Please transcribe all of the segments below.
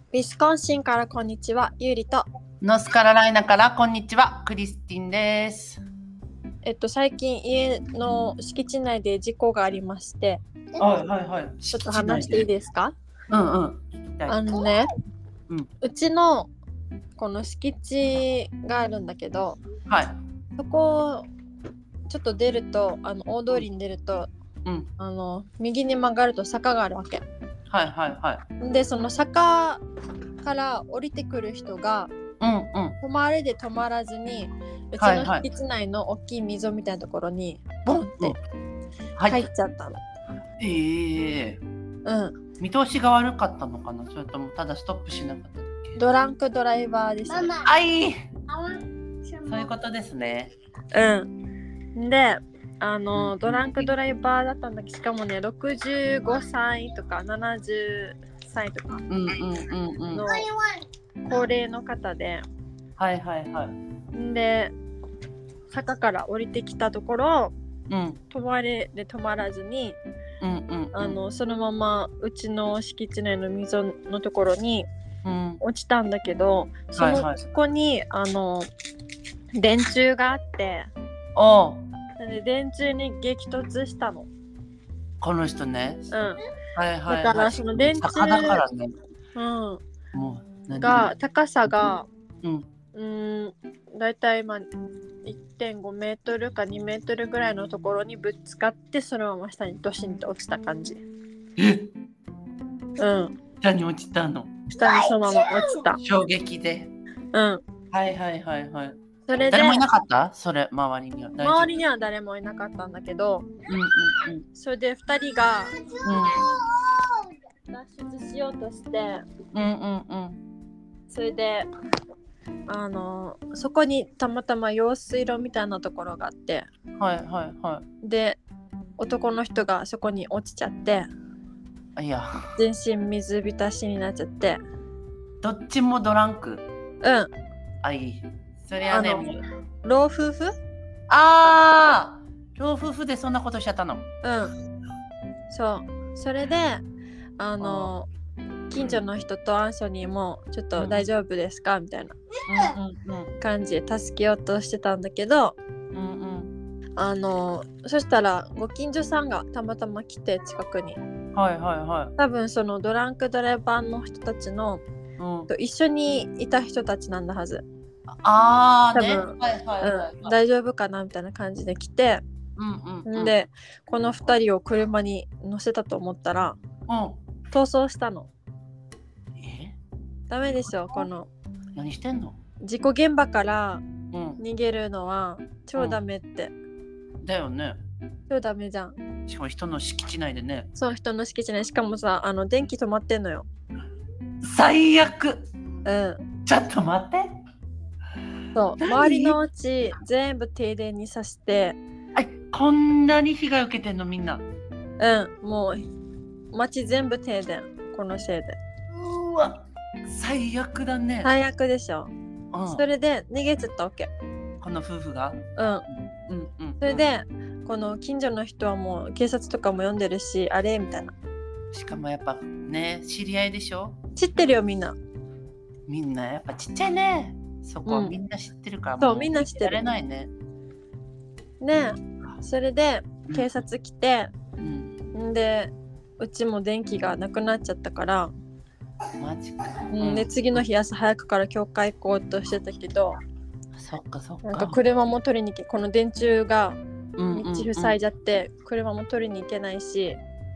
ウィスコンシンからこんにちは、ゆうりと。 ノースカロライナからこんにちは、クリスティンです。 最近家の敷地内で事故がありまして、 はいはいはい。 ちょっと話していいですか？ うんうん。 うちのこの敷地があるんだけど、 はい。 そこちょっと出ると大通りに出ると、右に曲がると坂があるわけ。 はいはいはい。 でその坂から降りてくる人が、止まれで止まらずにうちの敷地内の大きい溝みたいなところにボンって入っちゃったの。 見通しが悪かったのかな、それともただストップしなかっただけ。 ドランクドライバーですね。 そういうことですね。 でドランクドライバーだったんだけど、しかもね65歳とか70歳とかの高齢の方で、で坂から降りてきたところ、止まれで止まらずに、そのままうちの敷地内の溝のところに落ちたんだけど、そこに電柱があって、で電柱に激突したの。 この人ね。だからその電柱だからね、 が高さがだいたい1.5 メートルか2メートルぐらいのところにぶつかって、そのまま下にドシンと落ちた感じ。 下に落ちたの。 下にそのまま落ちた。 衝撃で。それで誰もいなかった？それ周りには。 周りには誰もいなかったんだけど、それで2人が脱出しようとして、それでそこにたまたま用水路みたいなところがあって、で男の人がそこに落ちちゃって、全身水浸しになっちゃって。 どっちもドランク？それはね、 老夫婦？ 老夫婦でそんなことしちゃったの？ それで近所の人とアンソニーもちょっと大丈夫ですかみたいな感じで助けようとしてたんだけど、そしたらご近所さんがたまたま来て、近くに多分そのドランクドライバーの人たちの、一緒にいた人たちなんだはず。多分大丈夫かなみたいな感じで来て、でこの2人を車に乗せたと思ったら、逃走したの。ダメでしょ、この何してんの？ 事故現場から逃げるのは超ダメって。 だよね。 超ダメじゃん。 しかも人の敷地内でね。 そう、人の敷地内。しかもさ、電気止まってんのよ。 最悪。ちょっと待って。 そう、周りのうち全部停電にさして。 こんなに被害受けてんのみんな？ もう街全部停電、このせいで。 うわ、最悪だね。 最悪でしょ。それで逃げちゃったわけ、 この夫婦が。 それでこの近所の人はもう警察とかも呼んでるし、あれみたいな。 しかもやっぱね、知り合いでしょ？ 知ってるよ、みんなやっぱちっちゃいね。そこはみんな知ってるから、 そう、みんな知ってる。それで警察来て、でうちも電気がなくなっちゃったから、 マジか。 で次の日朝早くから教会行こうとしてたけど、なんか車も取りに行け、この電柱が道塞いじゃって、車も取りに行けないし。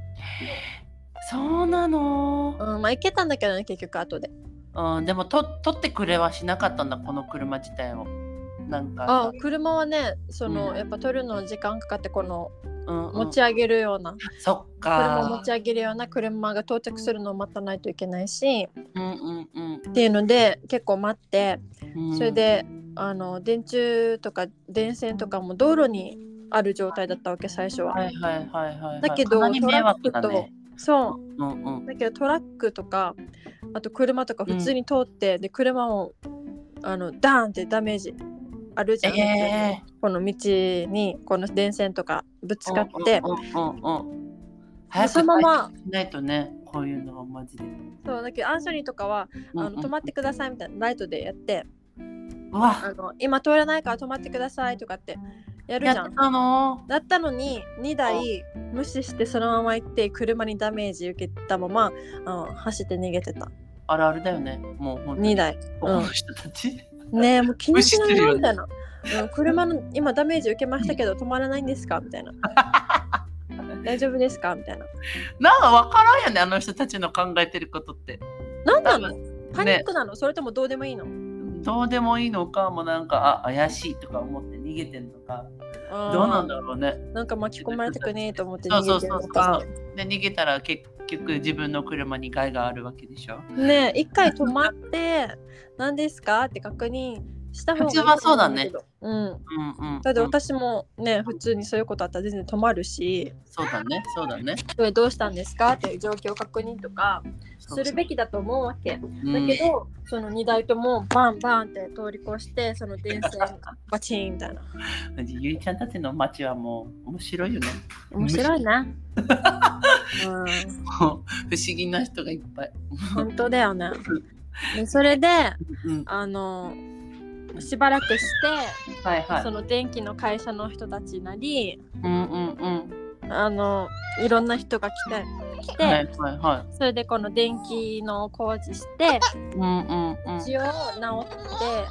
そうなの？ 行けたんだけどね、結局後で。 でも取ってくれはしなかったんだ、この車自体を。なんか車はね、やっぱ取るの時間かかって、この持ち上げるような、車持ち上げるような車が到着するのを待たないといけないし、っていうので結構待って、それで電柱とか電線とかも道路にある状態だったわけ、最初は。だけどトラックと、だけどトラックとかあと車とか普通に通って、で車もダーンってダメージあるじゃん、この道にこの電線とかぶつかって、 早くそのまましないとね、 こういうのはマジで。 そうだけどアンソニーとかは止まってくださいみたいなライトでやって、 うわ今通れないから止まってくださいとかってやるじゃん。だったのに2台無視してそのまま行って車にダメージ受けたまま走って逃げてた。 あるあるだよね。もう本当に 2台。 この人たち。 ねえもう気にしないよみたいな。車の今ダメージ受けましたけど止まらないんですかみたいな。大丈夫ですかみたいな。 なんか分からんよね、あの人たちの考えてることって。 なんなの？パニックなの？それともどうでもいいの？ どうでもいいのか、もうなんか怪しいとか思って逃げてんのか、どうなんだろうね。 なんか巻き込まれたくねえと思って逃げてるのか。 で逃げたら結局自分の車に害があるわけでしょ。 ねえ、一回止まって何ですかって確認した方がいい。 普通はそうだね。 だって私もね普通にそういうことあったら全然止まるし。 そうだね。 それどうしたんですかっていう状況確認とかするべきだと思うわけ。だけどその2台ともバンバンって通り越してその電線バチーンみたいな。 ゆいちゃんたちの街はもう面白いよね。 面白いな。 不思議な人がいっぱい。 本当だよね。でそれで、しばらくして、その電気の会社の人たちなり、いろんな人が来て、それでこの電気の工事して、一応直って、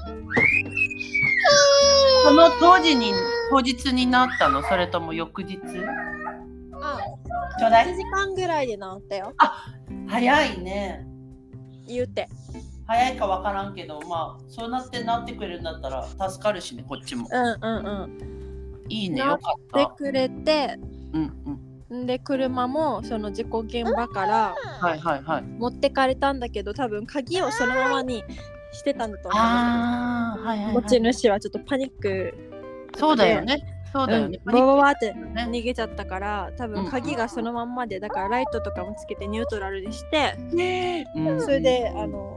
その当日になったの？それとも翌日？ ちょうだい。1時間ぐらいで治ったよ。 早いね。 言うて。 早いか分からんけど、まあそうなってくれるんだったら助かるしね、こっちも。いいね、よかった。 治ってくれて、で車もその事故現場から持ってかれたんだけど、多分鍵をそのままにしてたんだと思う。持ち主はちょっとパニック。 そうだよね。バババって逃げちゃったから、多分鍵がそのまんまで、だからライトとかもつけてニュートラルにして、それで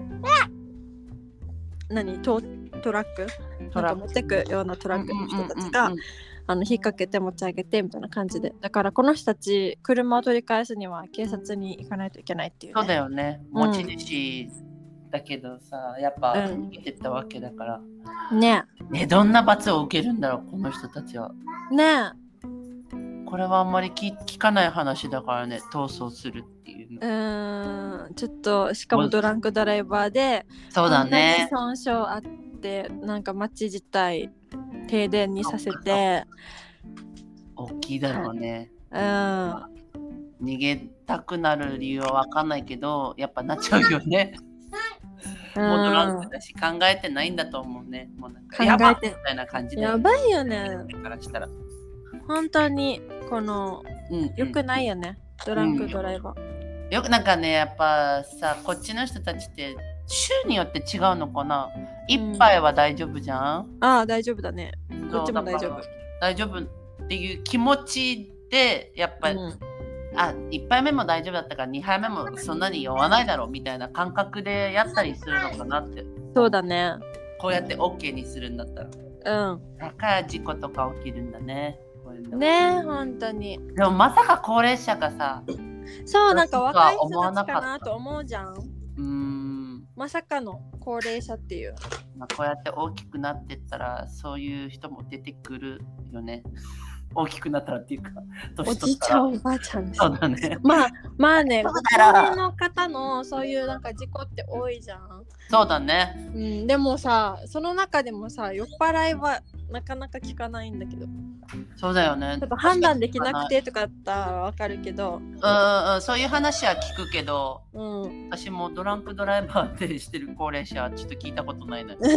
トラック持ってくようなトラックの人たちが引っ掛けて持ち上げてみたいな感じで、だからこの人たち車を取り返すには警察に行かないといけないっていう、ね、 そうだよね。持ち主だけどさ、やっぱ逃げてったわけだから、どんな罰を受けるんだろうこの人たちはね。これはあんまり聞かない話だからね、逃走するっていうの。 ちょっとしかもドランクドライバーで、 そうだね。 損傷あってなんか街自体停電にさせて、 大きいだろうね。逃げたくなる理由は分かんないけど、やっぱなっちゃうよね。もうドランクだし考えてないんだと思うね。もうなんかやばいみたいな感じで。 やばいよね。 からしたら本当にこの、良くないよね、ドランクドライバー。よくなんかね、やっぱさ、こっちの人たちって州によって違うのかな。一杯は大丈夫じゃん。 大丈夫だね。こっちも大丈夫。 大丈夫っていう気持ちでやっぱり、1杯目も大丈夫だったから2杯目もそんなに酔わないだろうみたいな感覚でやったりするのかなって。 そうだね。 こうやって OK にするんだったら。だから事故とか起きるんだね。 ね、本当に。 でもまさか高齢者がさ、 そうなんか若い人たちかなと思うじゃん。まさかの高齢者っていう。 こうやって大きくなってったらそういう人も出てくるよね。大きくなったらっていうか、 おじいちゃんおばあちゃんです。 そうだね。 まあね、高齢の方のそういうなんか事故って多いじゃん。 そうだね。 でもさ、その中でもさ、酔っ払いはなかなか聞かないんだけど。 そうだよね。 ちょっと判断できなくてとかだったらわかるけど。 そういう話は聞くけど、私もドランクドライバーでしてる高齢者はちょっと聞いたことないね。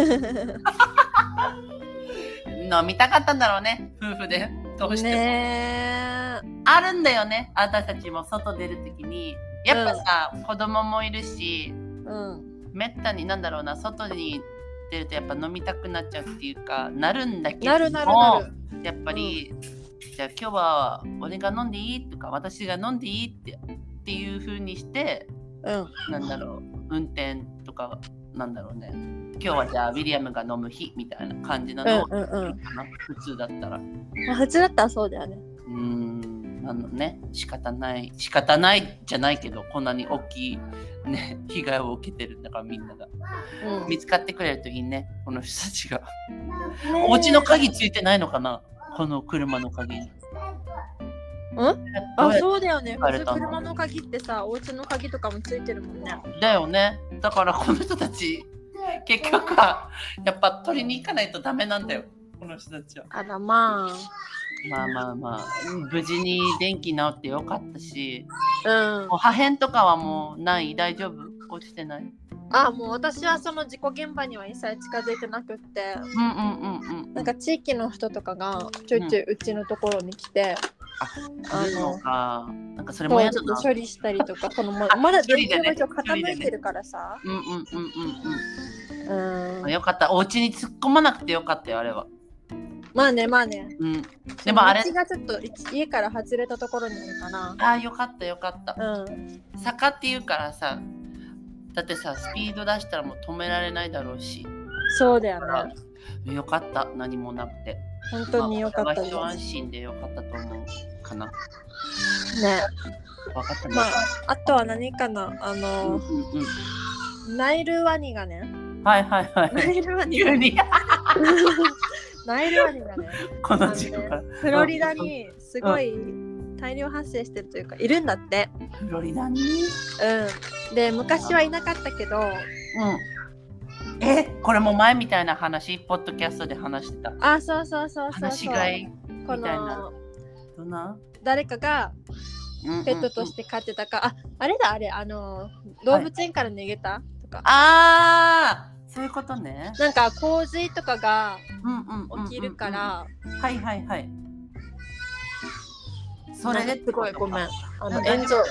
飲みたかったんだろうね、夫婦で。どうしても。あるんだよね、私たちも外出るときに。やっぱさ、子供もいるし、めったになんだろうな、外に出るとやっぱ飲みたくなっちゃうっていうか、なるんだけども、やっぱり、じゃあ今日は俺が飲んでいいとか、私が飲んでいいっていう風にして、なんだろう、運転とか、なんだろうね。今日はじゃあウィリアムが飲む日みたいな感じなの、普通だったら。 普通だったらそうだよね。 なのね。仕方ないじゃないけど、こんなに大きい、ね、被害を受けてるんだからみんなが、見つかってくれるといいね、この人たちが。お家の鍵ついてないのかな、この車の鍵に。 そうだよね。普通車の鍵ってさ、お家の鍵とかもついてるもんね。 だよね。だからこの人たち結局はやっぱ取りに行かないとダメなんだよ、この人たちは。 まあ無事に電気治ってよかったし、もう破片とかはもうない？大丈夫？落ちてない？ もう私はその事故現場には一切近づいてなくって、なんか地域の人とかがちょいちょいうちのところに来て、 なんかそれもやだな。 処理したりとか、このまだ電気が傾いてるからさ。 よかった。お家に突っ込まなくてよかったよ、あれは。 まあね。 でもあれ道がちょっと家から外れたところにあるかな。 よかった。坂っていうからさ、だってさ、スピード出したらもう止められないだろうし。 そうだよね。 よかった、何もなくて。 本当によかったです。 安心でよかったと思うかな。ね。分かったね。 あとは何かな、ナイルワニがね。 ナイルワニがね、 この時期からフロリダにすごい大量発生してるというか、いるんだって。 フロリダに？ で、昔はいなかったけど。 これも前みたいな話、ポッドキャストで話してた。 そう。 話し飼いみたいな。どんな？ 誰かがペットとして飼ってたか、あれ動物園から逃げたとか。 そういうことね。 なんか洪水とかが起きるから。それですごいごめん。炎上。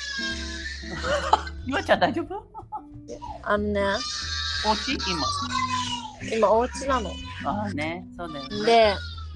ゆあちゃん大丈夫？お家？ 今お家なの。 ね、そうだよね。 で、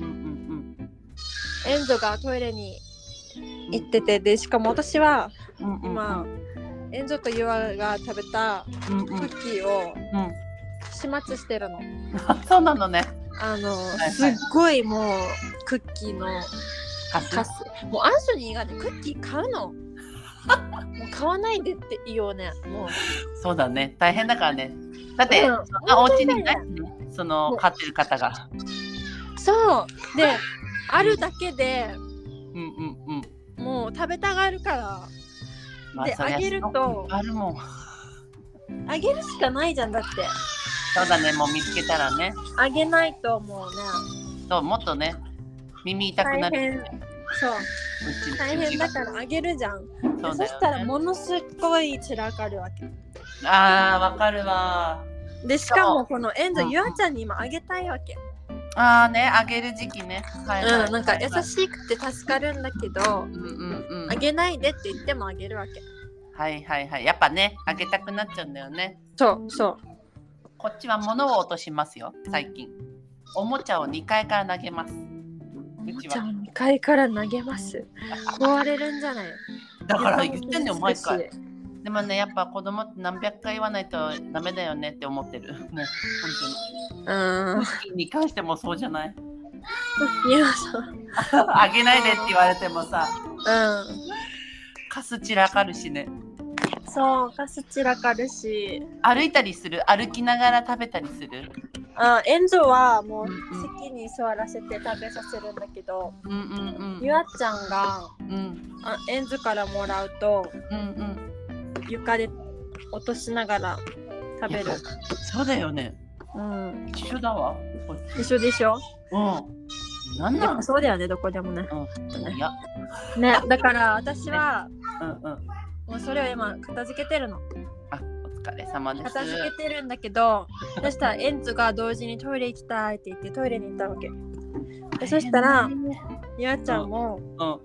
エンゾがトイレに行ってて、でしかも私は今エンゾとユアが食べたクッキーを始末してるの。 そうなのね。 すっごいもうクッキーのカス。もうアンソニーがね、クッキー買うの。もう買わないでって言おうね。もう。 そうだね。大変だからね。だって、お家にいないね。その飼ってる方が。 そうで、あるだけで、もう食べたがるから。で、あげると。あげるしかないじゃん、だって。 そうだね、もう見つけたらね。 あげないともうね。 そう、もっとね、耳痛くなる。 そう。大変だからあげるじゃん。そしたらものすごい散らかるわけ。 わかるわ。 で、しかもこのエンゾ、ユアちゃんに今あげたいわけ。 あげる時期ね。 なんか優しくて助かるんだけど、あげないでって言ってもあげるわけ。 やっぱね、あげたくなっちゃうんだよね。 そう。 こっちは物を落としますよ、最近。おもちゃを2階から投げます。 おもちゃを2階から投げます。壊れるんじゃない？ だから言ってんのよ、毎回。でもね、やっぱ子供って何百回言わないとダメだよねって思ってる。もう本当に。クッキーに関してもそうじゃない？あげないでって言われてもさ、カス散らかるしね。 そう、カス散らかるし。 歩いたりする？歩きながら食べたりする？ エンゾはもう席に座らせて食べさせるんだけど、ユアちゃんが、エンゾからもらうと、床で落としながら食べる。 そうだよね。一緒だわ。 一緒でしょ？ なんだろう。 そうだよね、どこでもね。ね、だから私は、もうそれを今片付けてるの。 お疲れ様です。 片付けてるんだけど、そしたらエンゾが同時にトイレ行きたいって言ってトイレに行ったわけ。でそしたらユアちゃんも、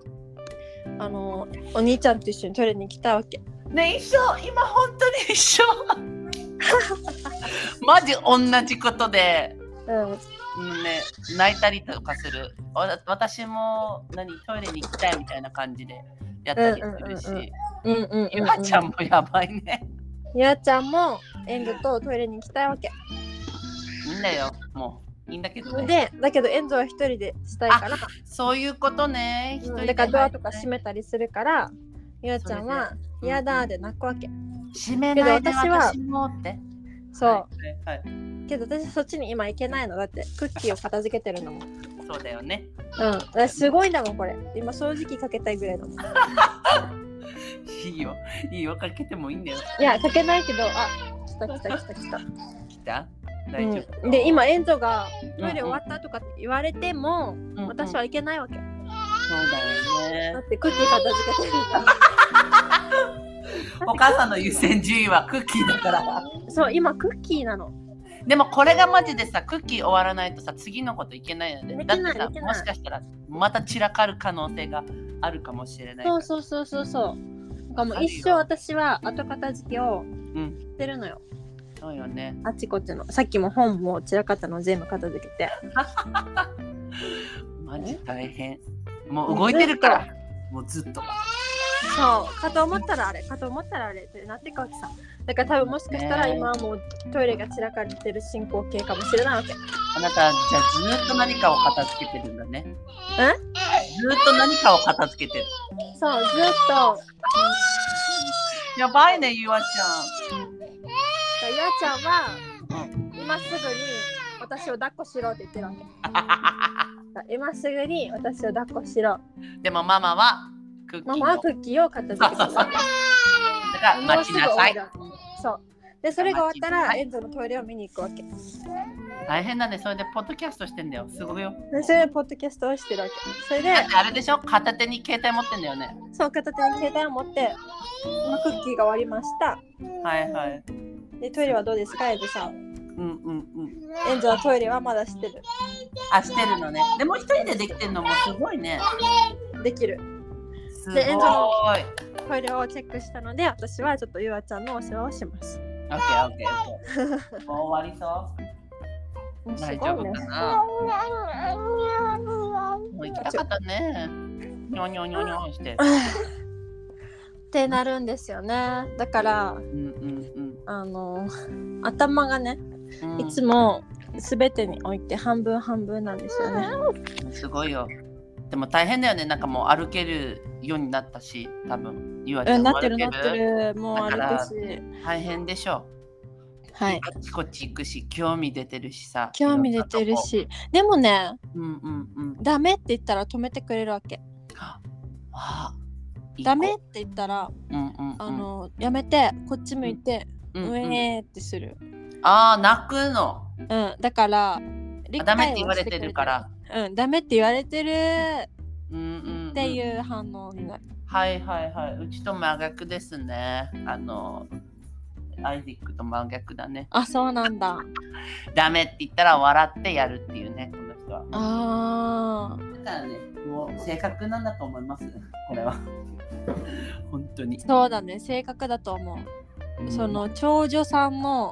お兄ちゃんと一緒にトイレに来たわけ。 ね、一緒。今本当に一緒。マジ同じことで、泣いたりとかする。私もトイレに行きたいみたいな感じでやったりするし、ゆあちゃんもやばいね。 ゆあちゃんもエンドとトイレに行きたいわけ。 いいんだよ、もいいんだけどね。 で、だけどエンゾは一人でしたいから。 そういうことね。 一人でだからドアとか閉めたりするから、ゆあちゃんは嫌だで泣くわけ。 閉めないで私もって。 そう。けど私そっちに今行けないの。だってクッキーを片付けてるのも。 そうだよね。 うん。すごいんだもんこれ。今掃除機かけたいぐらいだもん。 いいよかけてもいいんだよ。 いやかけないけど、来た。 来た？大丈夫。 で今エンゾがトイレ終わったとか言われても、私は行けないわけ。そうだよね。 だってクッキー片付けてるんだ。お母さんの優先順位はクッキーだから。 そう今クッキーなの。 でもこれがマジでさ、クッキー終わらないとさ、次のこといけないよね。だってさ、もしかしたらまた散らかる可能性があるかもしれない。 そう。かも一生私は後片付けをしてるのよ。 そうよね。 あっちこっちの。さっきも本も散らかったのを全部片付けて。 マジ大変。もう動いてるから。もうずっと。 そうかと思ったらあれってなってくわけさ。だから多分もしかしたら今はもうトイレが散らかってる進行形かもしれないわけ。 あなたじゃあずっと何かを片付けてるんだね。ずっと何かを片付けてる。 そうずっと。 やばいねゆあちゃん。 ゆあちゃんは、今すぐに私を抱っこしろって言ってるわけ。今すぐに私を抱っこしろ。 でもママはクッキーを片付けてる。だから待ちなさい。 そう。でそれが終わったらエンゾのトイレを見に行くわけ。 大変だね。それでポッドキャストしてんだよ。すごいよ。 でそれでポッドキャストをしてるわけ。それであれでしょ、片手に携帯持ってんだよね。 そう、片手に携帯を持って今クッキーが終わりました。 はいでトイレはどうですかエンゾさん。エンゾはトイレはまだしてる。 してるのね。でも一人でできてるのもすごいね。 できる。でエンゾのトイレをチェックしたので私はちょっとゆあちゃんのお世話をします。 オッケー。もう終わりそう。大丈夫かな。もう行きたかったね。ニョニョして。 ってなるんですよね。だから、頭がね、いつもすべてにおいて半分なんですよね。 すごいよ。でも大変だよね。なんかもう歩けるようになったし、多分ゆあちゃんも歩ける。 なってる。もう歩くし。 大変でしょ。はい。あっちこっち行くし、興味出てるしさ。 でもね、ダメって言ったら止めてくれるわけ。ダメって言ったら、やめて、こっち向いて、上ってする。 泣くの。 だから、 ダメって言われてるから。 ダメって言われてるっていう反応になる。 はい。うちと真逆ですね。アイゼックと真逆だね。 そうなんだ。 ダメって言ったら笑ってやるっていうね、この人は。だからね、もう性格なんだと思います、これは。本当に。 そうだね、性格だと思う。その長女さんの、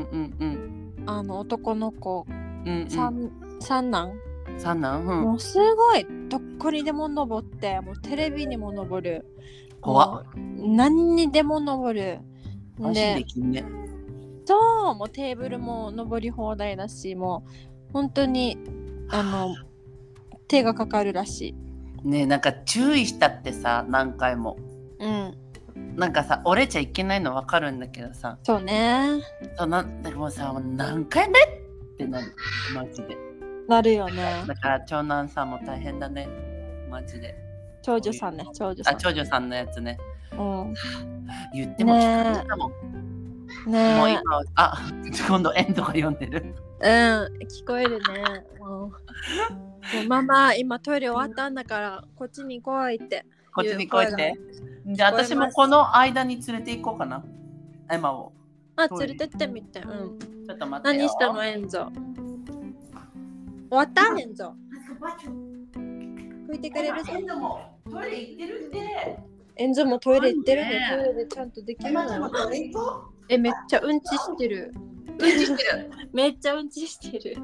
男の子、三男、もうすごいどこにでも登って、もうテレビにも登る。 怖っ。 何にでも登る。 できんね。 そう、もうテーブルも登り放題だし、もう本当に手がかかるらしい。ね、なんか注意したってさ、何回も。なんかさ、折れちゃいけないの分かるんだけどさ。 そうね。 でもさ、何回目ってなる、マジで。 なるよね。 だから長男さんも大変だね、マジで。 長女さんね、長女さんのやつね。言っても聞かれたもん。もう今今度エンドが読んでる。 聞こえるね。もうママ今トイレ終わったんだからこっちに来いって。 こっちに来いって。じゃあ私もこの間に連れて行こうかな。エマを。 連れてってみて。ちょっと待ってよ。 何したのエンゾ。終わったエンゾ。拭いてくれるぞ。 エンゾもトイレ行ってるって。 エンゾもトイレ行ってるね。トイレでちゃんとできるの。めっちゃうんちしてる。めっちゃうんちしてる。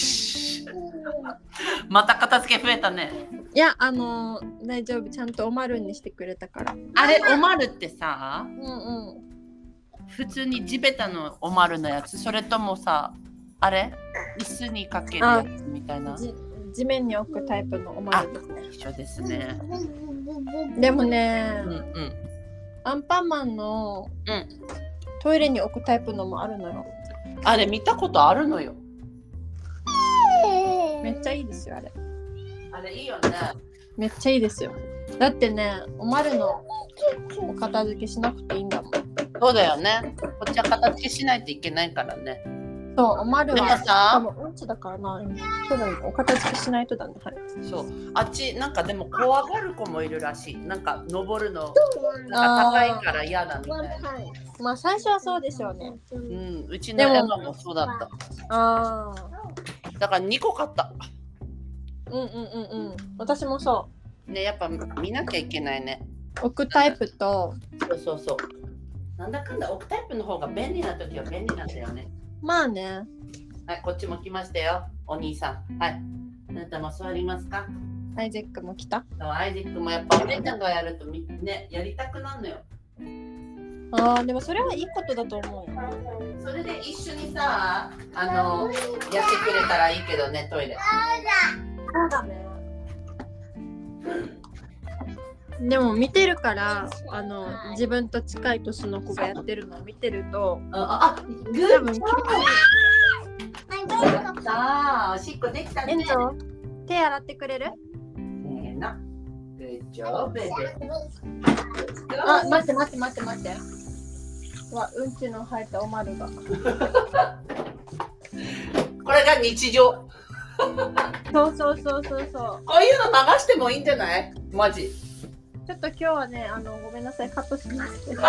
また片付け増えたね。 いや、大丈夫。ちゃんとおまるにしてくれたから。 あれ、おまるってさ、普通に地べたのおまるのやつ、それともさ、 あれ椅子にかけるやつみたいな。 地面に置くタイプのおまるですね。 一緒ですね。 でもね、アンパンマンのトイレに置くタイプのもあるのよ。 あれ見たことあるのよ。 めっちゃいいですよあれ。 あれいいよね。 めっちゃいいですよ。だってね、おまるのお片付けしなくていいんだもん。 そうだよね。こっちは片付けしないといけないからね。 そう、おまるは多分うんちだからな。そうだね、お片付けしないとだね。はい。 そう、あっちなんかでも怖がる子もいるらしい。なんか登るのなんか高いから嫌だみたいな。 まあ最初はそうでしょうね。 うちのエマもそうだった。だから2個買った。 私もそう。 ね、やっぱ見なきゃいけないね。 置くタイプと。 そう。なんだかんだ置くタイプの方が便利な時は便利なんだよね。 まあね。 はい、こっちも来ましたよ、お兄さん。はい。あなたも座りますか？ アイゼックも来た？ アイゼックもやっぱお姉ちゃんがやるとね、やりたくなるのよ。 でもそれはいいことだと思うよ。 それで一緒にさ、やってくれたらいいけどね、トイレ。 そうだね。でも見てるから自分と近い年の子がやってるのを見てると多分おしっこできたね。 手洗ってくれる？あ、待ってうんちの入ったおまるがこれが日常そうこういうの流してもいいんじゃない？マジちょっと今日はね、ごめんなさい、カットしますけど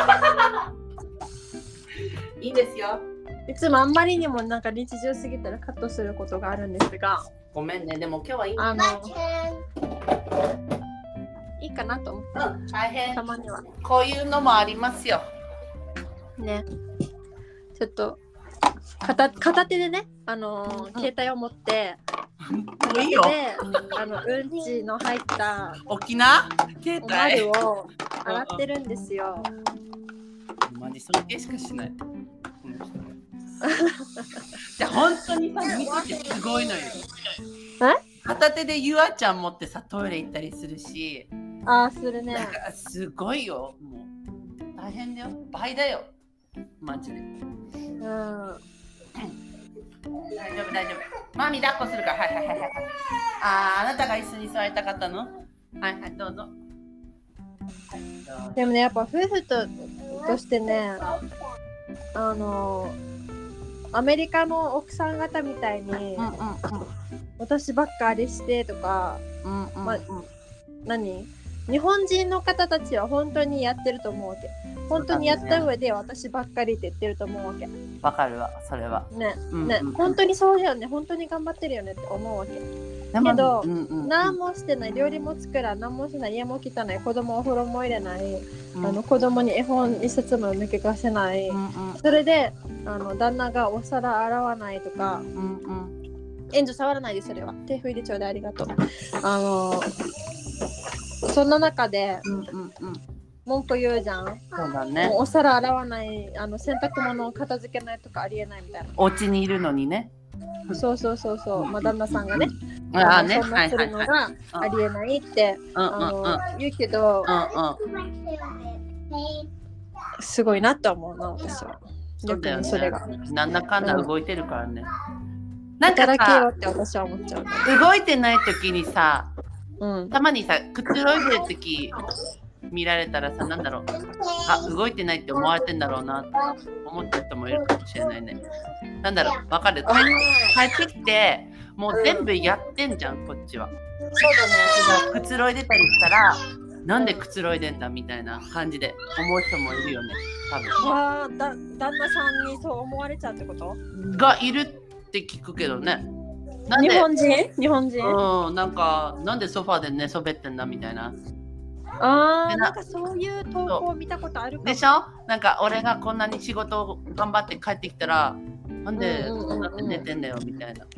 いいですよ。 いつもあんまりにもなんか日常すぎたらカットすることがあるんですが、 ごめんね、でも今日はいいいいかなと思って、 大変たまにはこういうのもありますよね。ちょっと片手でね、携帯を持っていいよ。 うんちの入った沖縄携帯おまるを洗ってるんですよ。 マジ尊敬しかしない。じゃあ本当にさ、見ててすごいのよ。片手でゆあちゃん持ってさ、トイレ行ったりするし。 するね。 すごいよ。もう大変だよ。倍だよ。マジで。大丈夫。マミ抱っこするから。はい。あなたが椅子に座りたかったの？はい、どうぞ。 でもね、やっぱ夫婦としてね、アメリカの奥さん方みたいに、私ばっかあれしてとか、日本人の方たちは本当にやってると思うわけ。本当にやった上で私ばっかりって言ってると思うわけ。 わかるわ、それは。 ね、本当にそうだよね。本当に頑張ってるよねって思うわけ。けど、何もしてない、料理も作らん、何もしない、家も汚い、子供お風呂も入れない、子供に絵本一冊も抜け出せない、それで旦那がお皿洗わないとか、援助触らないで、それは手拭いてちょうだい、ありがとう。そんな中で、文句言うじゃん。 そうだね。 お皿洗わない、洗濯物を片付けないとかありえないみたいな。 お家にいるのにね。 そう、旦那さんがね、そんなするのがありえないって言うけど、すごいなと思うな、私は。 逆にそれが。なんだかんだ動いてるからね。 なんか働けよって私は思っちゃう。 動いてない時にさ、たまにさ、くつろいでる時見られたらさ、なんだろう、動いてないって思われてんだろうなって思ってる人もいるかもしれないね。なんだろう、わかる？帰ってきてもう全部やってんじゃん、こっちは。 そうだね。くつろいでたりしたら、なんでくつろいでんだみたいな感じで思う人もいるよね、多分。 旦那さんにそう思われちゃうってことがいるって聞くけどね。 日本人？ なんか、なんでソファーで寝そべってんだみたいな。 なんかそういう投稿を見たことあるかも。 でしょ？なんか俺がこんなに仕事を頑張って帰ってきたら、なんでそんなって寝てんだよみたいな。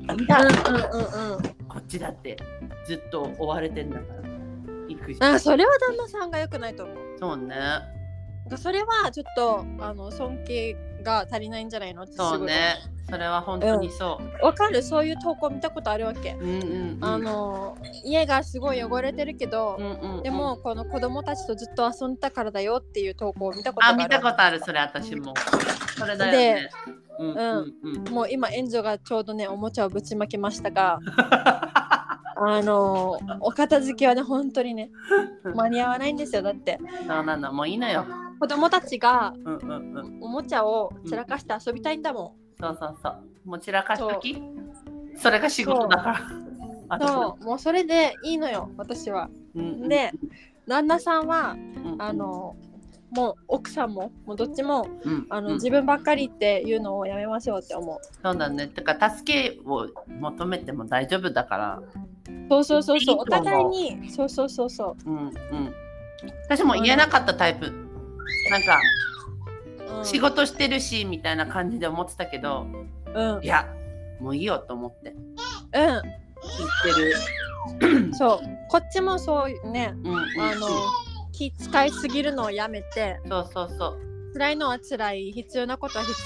こっちだってずっと追われてんだから。 それは旦那さんが良くないと思う。 そうね。 それはちょっと尊敬が足りないんじゃないのって。 そうね。 それは本当にそう。 わかる、そういう投稿見たことあるわけ。家がすごい汚れてるけど、でもこの子供たちとずっと遊んだからだよっていう投稿を見たことある。 見たことある、それ私も。それだよね。 で、もう今エンゾがちょうどねおもちゃをぶちまきましたがお片付けはね本当にね間に合わないんですよ。だってそうなの、もういいのよ。 子供たちがおもちゃを散らかして遊びたいんだもん。 そうそうそう、もう散らかしとき、それが仕事だから。 そう、もうそれでいいのよ私は。で旦那さんはもう奥さんもどっちも、自分ばっかりっていうのをやめましょうって思う。 そうだね。てか助けを求めても大丈夫だから。 そうお互いにそう。 私も言えなかったタイプ。なんか、仕事してるしみたいな感じで思ってたけど、いやもういいよと思って。言ってる。そうこっちもそうね。気使いすぎるのをやめて、 そう辛いのは辛い、必要なことは必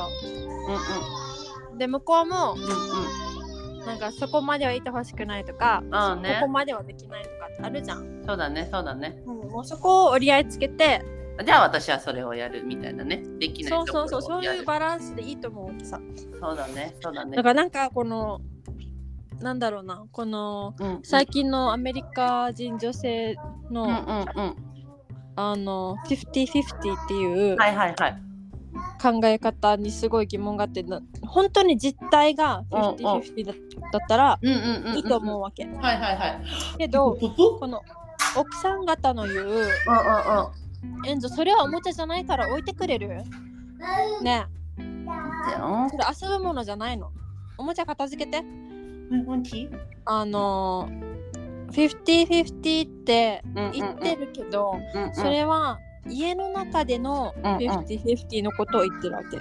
要、で向こうも、なんかそこまではいてほしくないとか、ここまではできないとかってあるじゃん。 そうだね、 もうそこを折り合いつけて、 じゃあ私はそれをやるみたいなね。できないところをやる。 そういうバランスでいいと思うわけさ。 そうだね。 だからなんかこのなんだろうな、この、最近のアメリカ人女性の、50-50っていう考え方にすごい疑問があって、本当に実態が50-50だったらいいと思うわけ。けどこの奥さん方の言う、エンゾそれはおもちゃじゃないから置いてくれるねえ、それ遊ぶものじゃないの。おもちゃ片付けて。50-50って言ってるけど、それは家の中での50-50のことを言ってるわけ。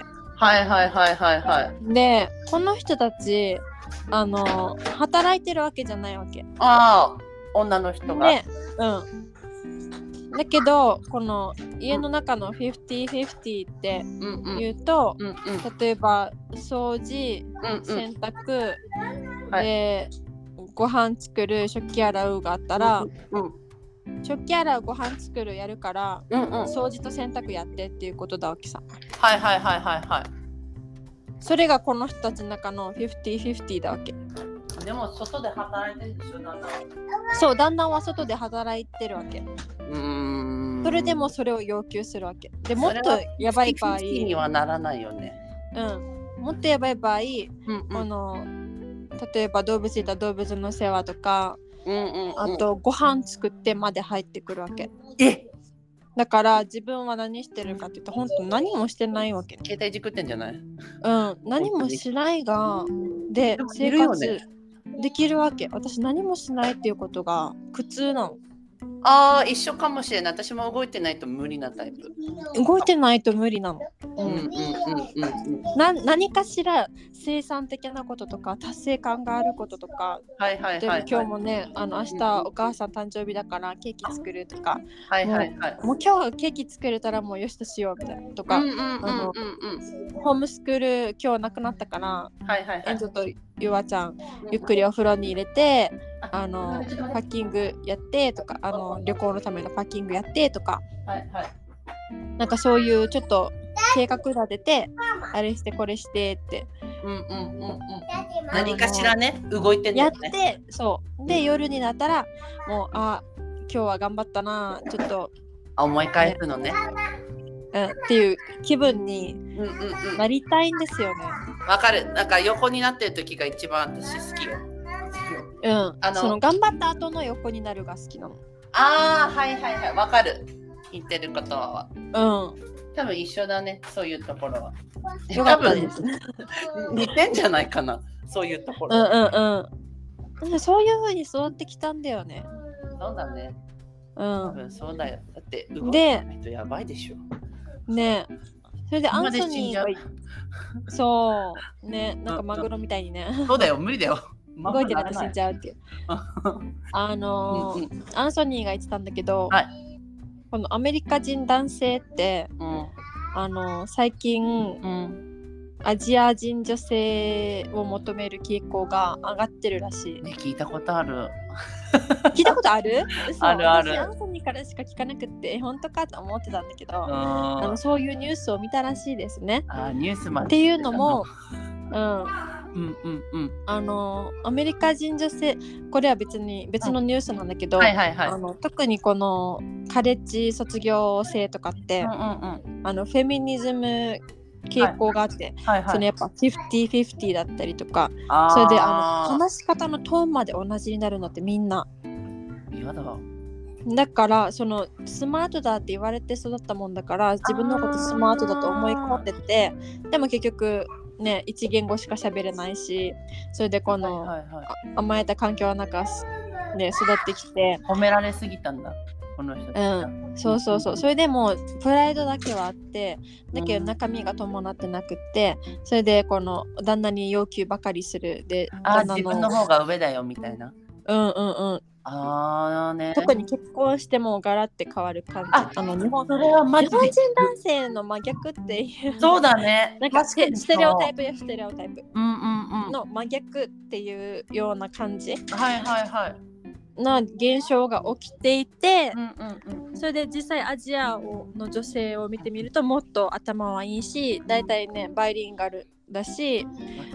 で、この人たち働いてるわけじゃないわけ。 女の人が。 だけどこの家の中の50-50って言うと、例えば掃除、洗濯、でご飯作る、食器洗うがあったら、食器洗う、ご飯作るやるから、掃除と洗濯やってっていうことだわけさ。それがこの人たちの中の50-50だわけ。 でも外で働いてるでしょ、旦那は。 そう、旦那は外で働いてるわけ。それでもそれを要求するわけ。でもっとやばい場合にはならないよね。 もっとやばい場合、この例えば動物いたら動物の世話とか、あとご飯作ってまで入ってくるわけ。だから自分は何してるかって言うと本当何もしてないわけ。 携帯いじくってんじゃない？ 何もしないがで生活できるわけ。私何もしないっていうことが苦痛なの。 一緒かもしれない。私も動いてないと無理なタイプ。 動いてないと無理なの。何かしら生産的なこととか達成感があることとか、今日もね、明日お母さん誕生日だからケーキ作るとか、もう今日ケーキ作れたらもうよしとしようみたいなとか、ホームスクール今日なくなったから、エンゾとゆわちゃんゆっくりお風呂に入れてパッキングやってとか、旅行のためのパッキングやってとか、なんかそういうちょっと計画立ててあれしてこれしてって何かしらね動いてんだよね。 やってそうで夜になったらもう今日は頑張ったなちょっと思い返すのね、 っていう気分になりたいんですよね。 わかる。なんか横になってる時が一番私好きよ。 その頑張った後の横になるが好きなの。 わかる。言ってることは。多分一緒だね、そういうところは。 よかったです。 似てんじゃないかな、そういうところ。 そういう風に育ってきたんだよね。 そうだね。多分そうだよ。だって動いてないとやばいでしょ。 ねえ。それでアンソニーがそうね、なんかマグロみたいにね。 そうだよ、無理だよ。 動いてないと死んじゃうっていう。アンソニーが言ってたんだけど、このアメリカ人男性って、最近、 アジア人女性を求める傾向が上がってるらしい。 ね、聞いたことある。 聞いたことある？ あるある。 私アンソニーからしか聞かなくって本当かと思ってたんだけど、そういうニュースを見たらしいですね。 ニュースまでっていうのも、アメリカ人女性、これは別のニュースなんだけど、特にこのカレッジ卒業生とかって、フェミニズム傾向があって、そのやっぱ 50-50 だったりとか、それで話し方のトーンまで同じになるのってみんな嫌だ。 だからそのスマートだって言われて育ったもんだから自分のことスマートだと思い込んでて、でも結局ね一言語しか喋れないし、それでこの、甘えた環境の中ね育ってきて褒められすぎたんだこの人。 そうそれでもプライドだけはあって、だけど中身が伴ってなくって、それでこの旦那に要求ばかりするで、 自分の方が上だよみたいな。 特に結婚してもガラッて変わる感じ。日本人男性の真逆っていう。 そうだね。 なんかステレオタイプの真逆っていうような感じ。な現象が起きていて、それで実際アジアの女性を見てみるともっと頭はいいし、だいたいねバイリンガルだし、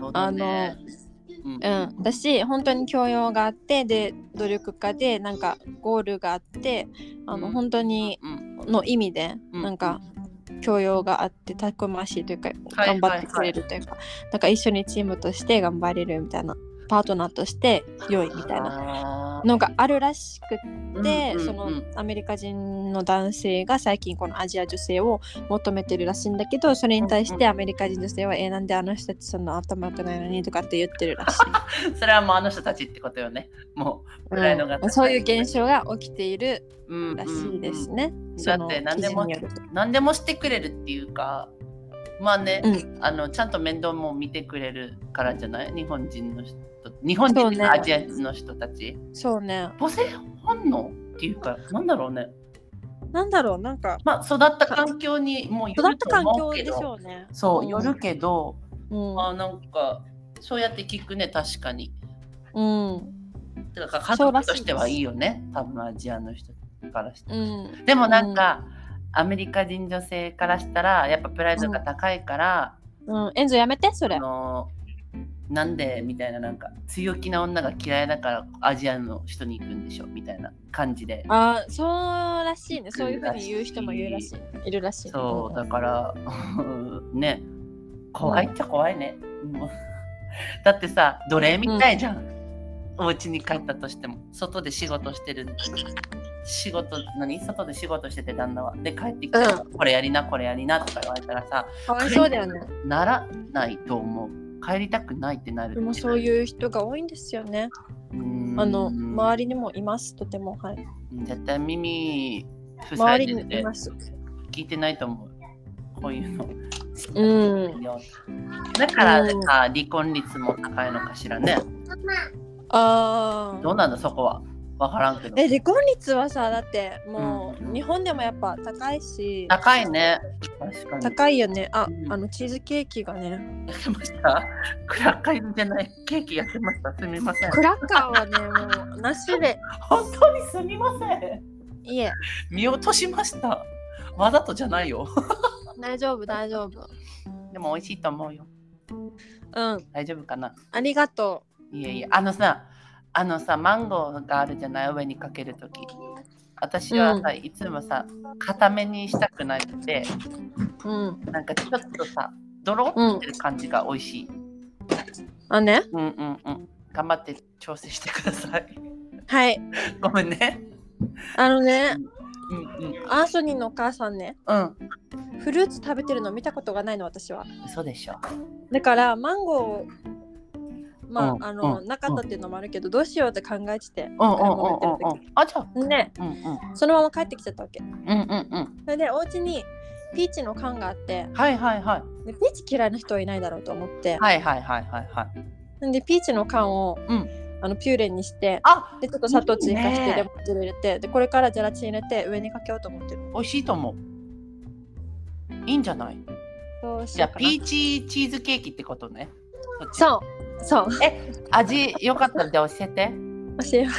だし本当に教養があって、で努力家でなんかゴールがあって、本当にの意味でなんか教養があってたくましいというか、頑張ってくれるというか、なんか一緒にチームとして頑張れるみたいな、パートナーとして良いみたいなのがあるらしくって、そのアメリカ人の男性が最近このアジア女性を求めてるらしいんだけど、それに対してアメリカ人女性はなんであの人たちそんな頭良くないのにとかって言ってるらしい。それはもうあの人たちってことよね。もうプライドが、 そういう現象が起きているらしいですね。 だって何でもしてくれるっていうか、まあね、ちゃんと面倒も見てくれるからじゃない？日本人のアジアの人たち。 そうね。 母性本能っていうか、なんだろうね。 なんか、 育った環境にもよると思うけど。育った環境でしょうね。そう、よるけど、なんかそうやって聞くね、確かに。だから家族としてはいいよね、多分アジアの人からして。でもなんか、アメリカ人女性からしたらやっぱプライドが高いから、 エンゾやめてそれ。 なんでみたいな、なんか強気な女が嫌いだからアジアの人に行くんでしょみたいな感じで。 そうらしいね。そういう風に言う人もいるらしい。 そうだからね、怖いっちゃ怖いね。だってさ、奴隷みたいじゃん。お家に帰ったとしても外で仕事してる。外で仕事してて旦那はで帰ってきて、これやりなこれやりなとか言われたらさ、 かわいそうだよね。 ならないと思う。帰りたくないってなる。 でもそういう人が多いんですよね。周りにもいます。とても。 絶対耳塞いでて聞いてないと思う、こういうの。だからさ、離婚率も高いのかしらね。どうなんだそこは。わからんけど。 離婚率はさ、だってもう日本でもやっぱ高いし。 高いね。確かに。 高いよね。チーズケーキがね。 やってました？クラッカーじゃないケーキやってました。すみません。 クラッカーはね、もうなしで。 本当にすみません。 いえ。 見落としました。わざとじゃないよ。 大丈夫。 でも美味しいと思うよ。大丈夫かな。 ありがとう。いえ。マンゴーがあるじゃない、上にかけるとき。私はさ、いつもさ、固めにしたくなくて、なんかちょっとさ、ドロッってる感じが美味しい。 ね。 頑張って調整してください。 はい。 ごめんね。 アンソニーのお母さんね、フルーツ食べてるの見たことがないの、私は。 嘘でしょ。 だからマンゴーなかったっていうのもあるけど、どうしようって考えてて、じゃあね、そのまま帰ってきちゃったわけ。それでお家にピーチの缶があって、でピーチ嫌いな人はいないだろうと思って、でピーチの缶をピューレにして、でちょっと砂糖追加してレモン汁入れて、でこれからゼラチン入れて上にかけようと思ってる。 美味しいと思う。いいんじゃない？ じゃあピーチチーズケーキってことね。 そう。 味よかったら教えて。 教えます。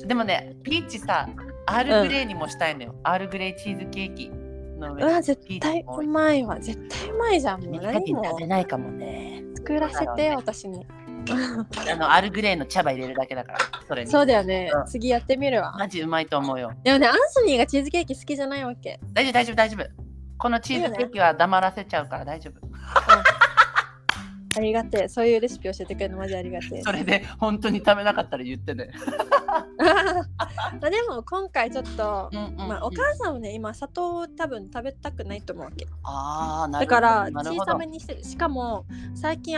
でもね、ピーチさ、アールグレイにもしたいのよ。アールグレイチーズケーキの上。 絶対うまいわ。絶対うまいじゃん。もう何も食べないかもね。 作らせて、私に。 アールグレイの茶葉入れるだけだから。 そうだよね。次やってみるわ。 マジうまいと思うよ。 でもね、アンソニーがチーズケーキ好きじゃないわけ。 大丈夫。このチーズケーキは黙らせちゃうから大丈夫。 ありがてえ。そういうレシピ教えてくれるのマジありがてえ。 それで本当に食べなかったら言ってね。 でも今回ちょっと、お母さんはね、今砂糖多分食べたくないと思うわけ。だから小さめにしてる。しかも最近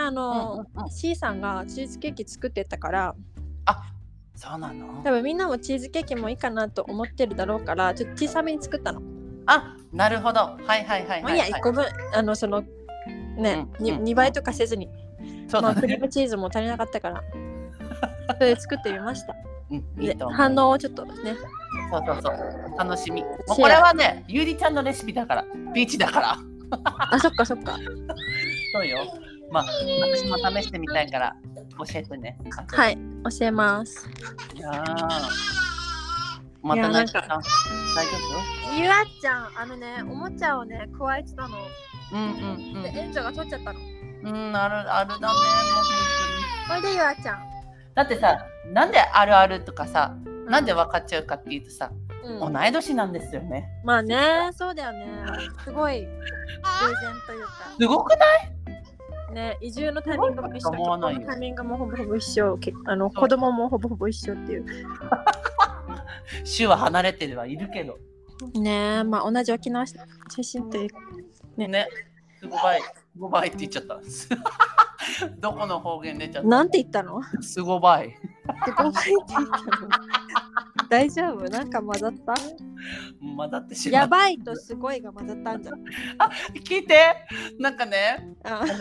C さんがチーズケーキ作ってたから。 そうなの？ 多分みんなもチーズケーキもいいかなと思ってるだろうから、ちょっと小さめに作ったの。 なるほど。はい。 もういいや、1個分そのね、2倍とかせずに。クリームチーズも足りなかったからそれで作ってみました。反応をちょっとね。 そう楽しみ。もうこれはね、ゆりちゃんのレシピだから、ピーチだからそっかそうよ。私も試してみたいから教えてね。 はい、教えます。 いやまたなんか大丈夫？ゆあちゃんおもちゃをね加えてたの。でエンジョが取っちゃったの。 あるだね。 これでゆあちゃん。 だってさ、なんであるあるとかさ、なんで分かっちゃうかっていうとさ、同い年なんですよね。 まあね、そうだよね。すごい偶然というか。 すごくないね、移住のタイミングも一緒、結婚のタイミングもほぼほぼ一緒、子供もほぼほぼ一緒っていう。 州は離れてるはいるけど。 ね、同じ沖縄出身というかね。すごばいって言っちゃった。どこの方言出ちゃった？ なんて言ったの？ すごばい。 すごばいって言ったの？大丈夫？なんか混ざった？ 混ざってしまった。 やばいとすごいが混ざったんじゃん。 聞いて。なんかね、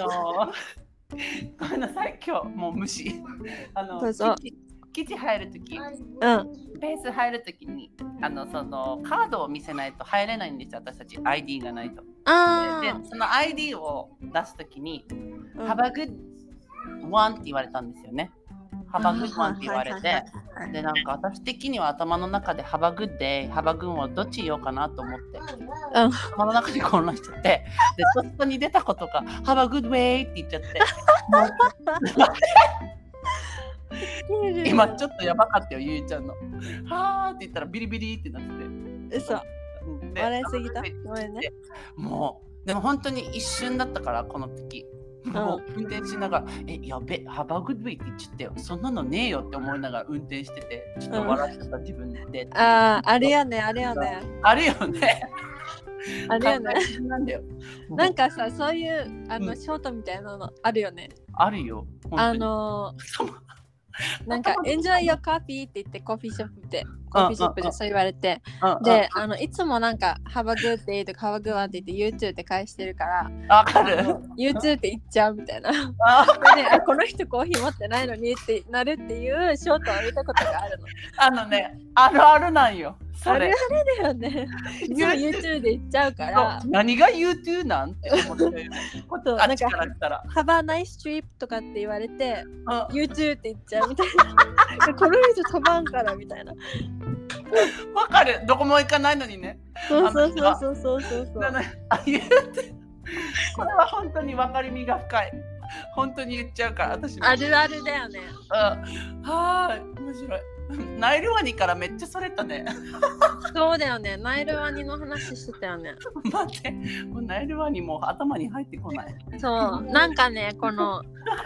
ごめんなさい、今日もう無視。 どうぞ。 基地入るとき、ベース入るときにそのカードを見せないと入れないんですよ、私たち ID がないと。でその ID を出すときに、Have a good one って言われたんですよね。Have a good one って言われて、でなんか私的には頭の中で Have a good day、Have a good one をどっち言おうかなと思って、頭の中で混乱しちゃって、でとっさに出たことが Have a good way って言っちゃって。今ちょっとやばかったよ、ゆいちゃんの。はーって言ったらビリビリってなって。 嘘。笑いすぎた。ごめんね。 もう、でも本当に一瞬だったから、この時。もう運転しながら、やべ、ハバグッドウェイって言っちゃったよ。そんなのねえよって思いながら運転してて、ちょっと笑っちゃった、自分で。 あるよね。 あるよね。 あるよね。なんかさ、そういうショートみたいなのあるよね。 あるよ。 なんかエンジョイヨーコーヒーって言ってコーヒーショップでそう言われて、でいつもなんか Have a good day とか Have a good one って言って You too って返してるから、 わかる？ You too って言っちゃうみたいな。でこの人コーヒー持ってないのにってなるっていうショートを見たことがあるの。 あるあるなんよ。 あれだよね。いつも You too で言っちゃうから。 何が You too なんて思ってあっちから来たら Have a nice trip とかって言われて You too って言っちゃうみたいな。この人飛ばんからみたいな。 わかる。どこも行かないのにね。 そう。 言うてこれは本当に分かりみが深い。本当に言っちゃうから、私も。 あるあるだよね。 面白い。ナイルワニからめっちゃそれたね。 そうだよね。ナイルワニの話してたよね。 待って、もうナイルワニもう頭に入ってこない。 そう、なんかね、この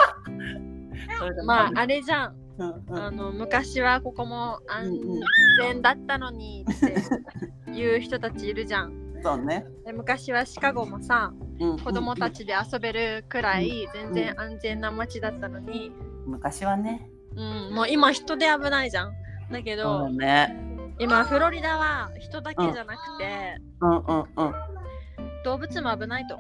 あれじゃん。昔はここも安全だったのにっていう人たちいるじゃん。 そうね。 で昔はシカゴもさ、子供たちで遊べるくらい全然安全な街だったのに、 昔はね、 もう今人で危ないじゃん。だけど、今フロリダは人だけじゃなくて、動物も危ないと。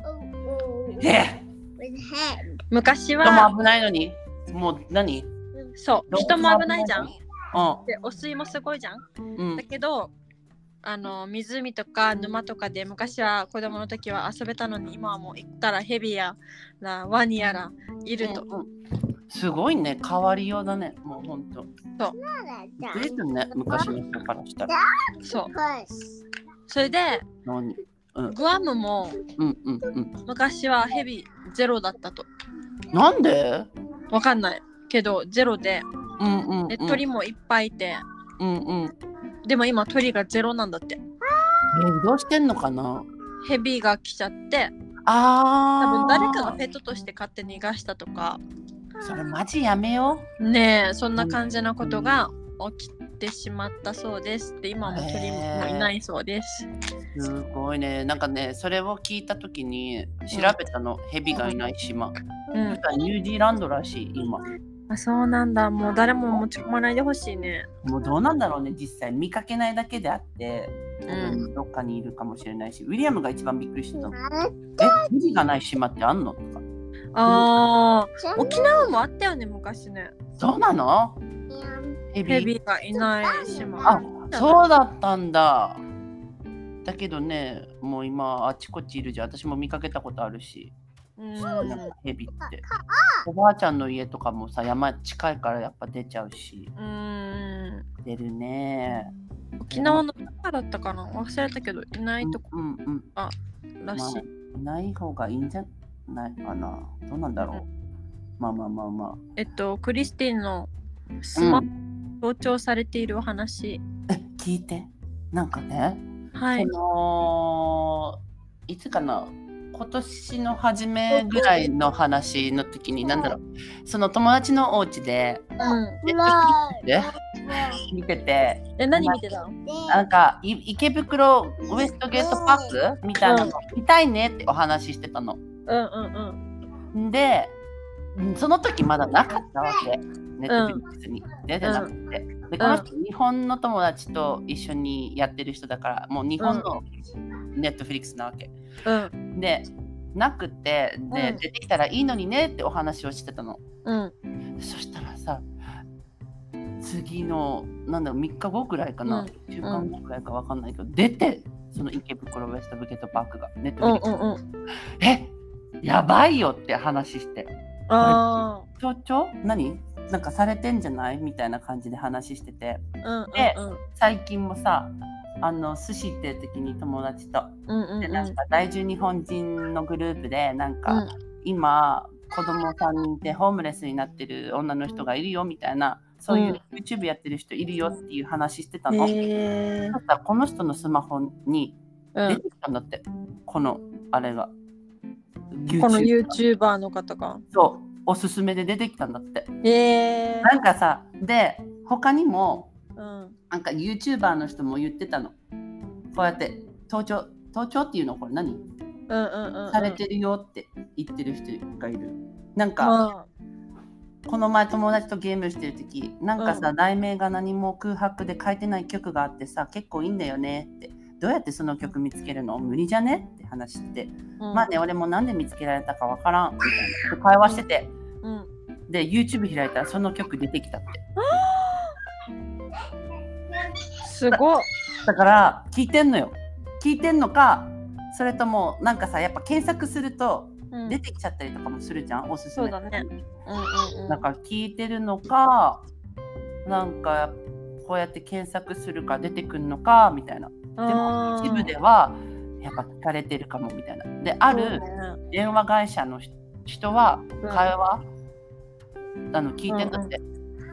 昔は人も危ないのに、もう何？ そう、人も危ないじゃん。で、汚水もすごいじゃん。だけど、 湖とか沼とかで昔は子供の時は遊べたのに、今はもう行ったらヘビやらワニやらいると、 すごいね、変わりようだね、もうほんと。そうずいぶんね、昔の人からしたら。 そうそれでグアムも、昔はヘビゼロだったと。 なんで？ わかんないけどゼロで、で鳥もいっぱいいて、でも今鳥がゼロなんだって。 どうしてんのかな？ ヘビが来ちゃって、多分誰かがペットとして飼って逃がしたとか。 それマジやめようねえ、そんな感じなことが起きてしまったそうですで、今も鳥もいないそうです。 すごいね。なんかね、それを聞いたときに調べたの、ヘビがいない島。ニュージーランドらしい、今。 あ、そうなんだ。もう誰も持ち込まないでほしいね。 もうどうなんだろうね、実際見かけないだけであって、どっかにいるかもしれないし、ウィリアムが一番びっくりしたの。ヘビがない島ってあんのとか。 沖縄もあったよね、昔ね。 そうなの？ ヘビがいない島。 そうだったんだ。だけどね、もう今あちこちいるじゃん。私も見かけたことあるし。ヘビって。おばあちゃんの家とかもさ、山近いからやっぱ出ちゃうし。出るね。 沖縄の中だったかな、忘れたけど、いないとこらしい。 いない方がいいんじゃないかな。どうなんだろう。まあ。 クリスティンのスマホ強調されているお話。 聞いて。なんかね、いつかな、今年の初めぐらいの話の時に、なんだろう、その友達のお家で、見てて、 何見てたの？ なんか池袋ウエストゲートパークみたいなの見たいねってお話ししてたの。で、その時まだなかったわけ。ネットフリックスに出てなくて。で、この人日本の友達と一緒にやってる人だから、もう日本のネットフリックスなわけ。で、なくて、で、出てきたらいいのにねってお話をしてたの。そしたらさ、次のなんだろう、3日後くらいかな、1週間後くらいか分かんないけど、出て、その池袋ウエストゲートパークがネットフリックス。やばいよって話して。何なんかされてんじゃないみたいな感じで話してて、で、最近もさ、寿司行ってる時に友達と、でなんか在住日本人のグループでなんか、今子供3人でホームレスになってる女の人がいるよみたいな、そういう YouTube やってる人いるよっていう話してたの。そしたらこの人のスマホに出てきたんだって、このあれが。 この YouTuber の方が。 そう。おすすめで出てきたんだって。なんかさ、で他にも、なんか YouTuber の人も言ってたの。こうやって盗聴っていうのこれ何？されてるよって言ってる人がいる。なんか、この前友達とゲームしてる時、なんかさ、題名が何も空白で書いてない曲があってさ、結構いいんだよねって。どうやってその曲見つけるの？無理じゃねって話して、まあね、俺もなんで見つけられたかわからんみたいな会話してて、で YouTube 開いたらその曲出てきたって。 すごい。 だから聞いてんのか、それともなんかさ、やっぱ検索すると出てきちゃったりとかもするじゃん、おすすめ。 そうだね。 だから聞いてるのか、なんかこうやって検索するか出てくるのかみたいな。でも一部ではやっぱ聞かれてるかもみたいな。で、ある電話会社の人は会話、聞いてんだって。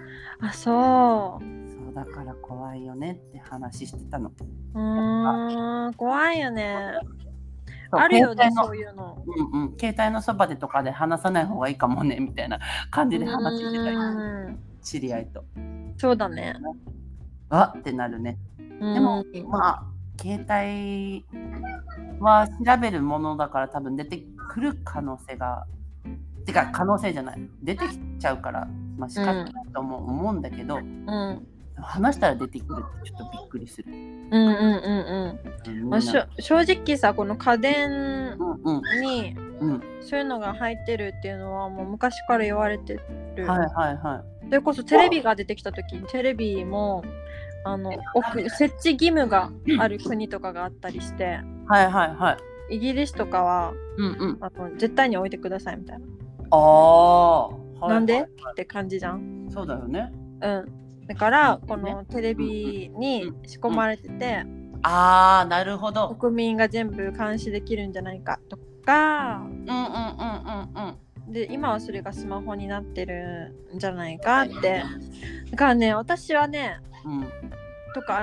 そうだから怖いよねって話してたの。 怖いよね。あるよね、そういうの。 携帯のそばでとかで話さない方がいいかもねみたいな感じで話してたり、知り合いと。 そうだね。 ってなるね。でもまあ携帯は調べるものだから多分出てくる可能性が、てか可能性じゃない、出てきちゃうから、まあ仕方ないと思うんだけど、話したら出てくるってちょっとびっくりする。正直さ、この家電にそういうのが入ってるっていうのはもう昔から言われてる。それこそテレビが出てきた時にテレビも設置義務がある国とかがあったりして、 はいはいはい。 イギリスとかは、絶対に置いてくださいみたいな。なんで、って感じじゃん。 そうだよね。 だからこのテレビに仕込まれてて、 なるほど。 国民が全部監視できるんじゃないかとか、で今はそれがスマホになってるんじゃないかって。だからね、私はね、とか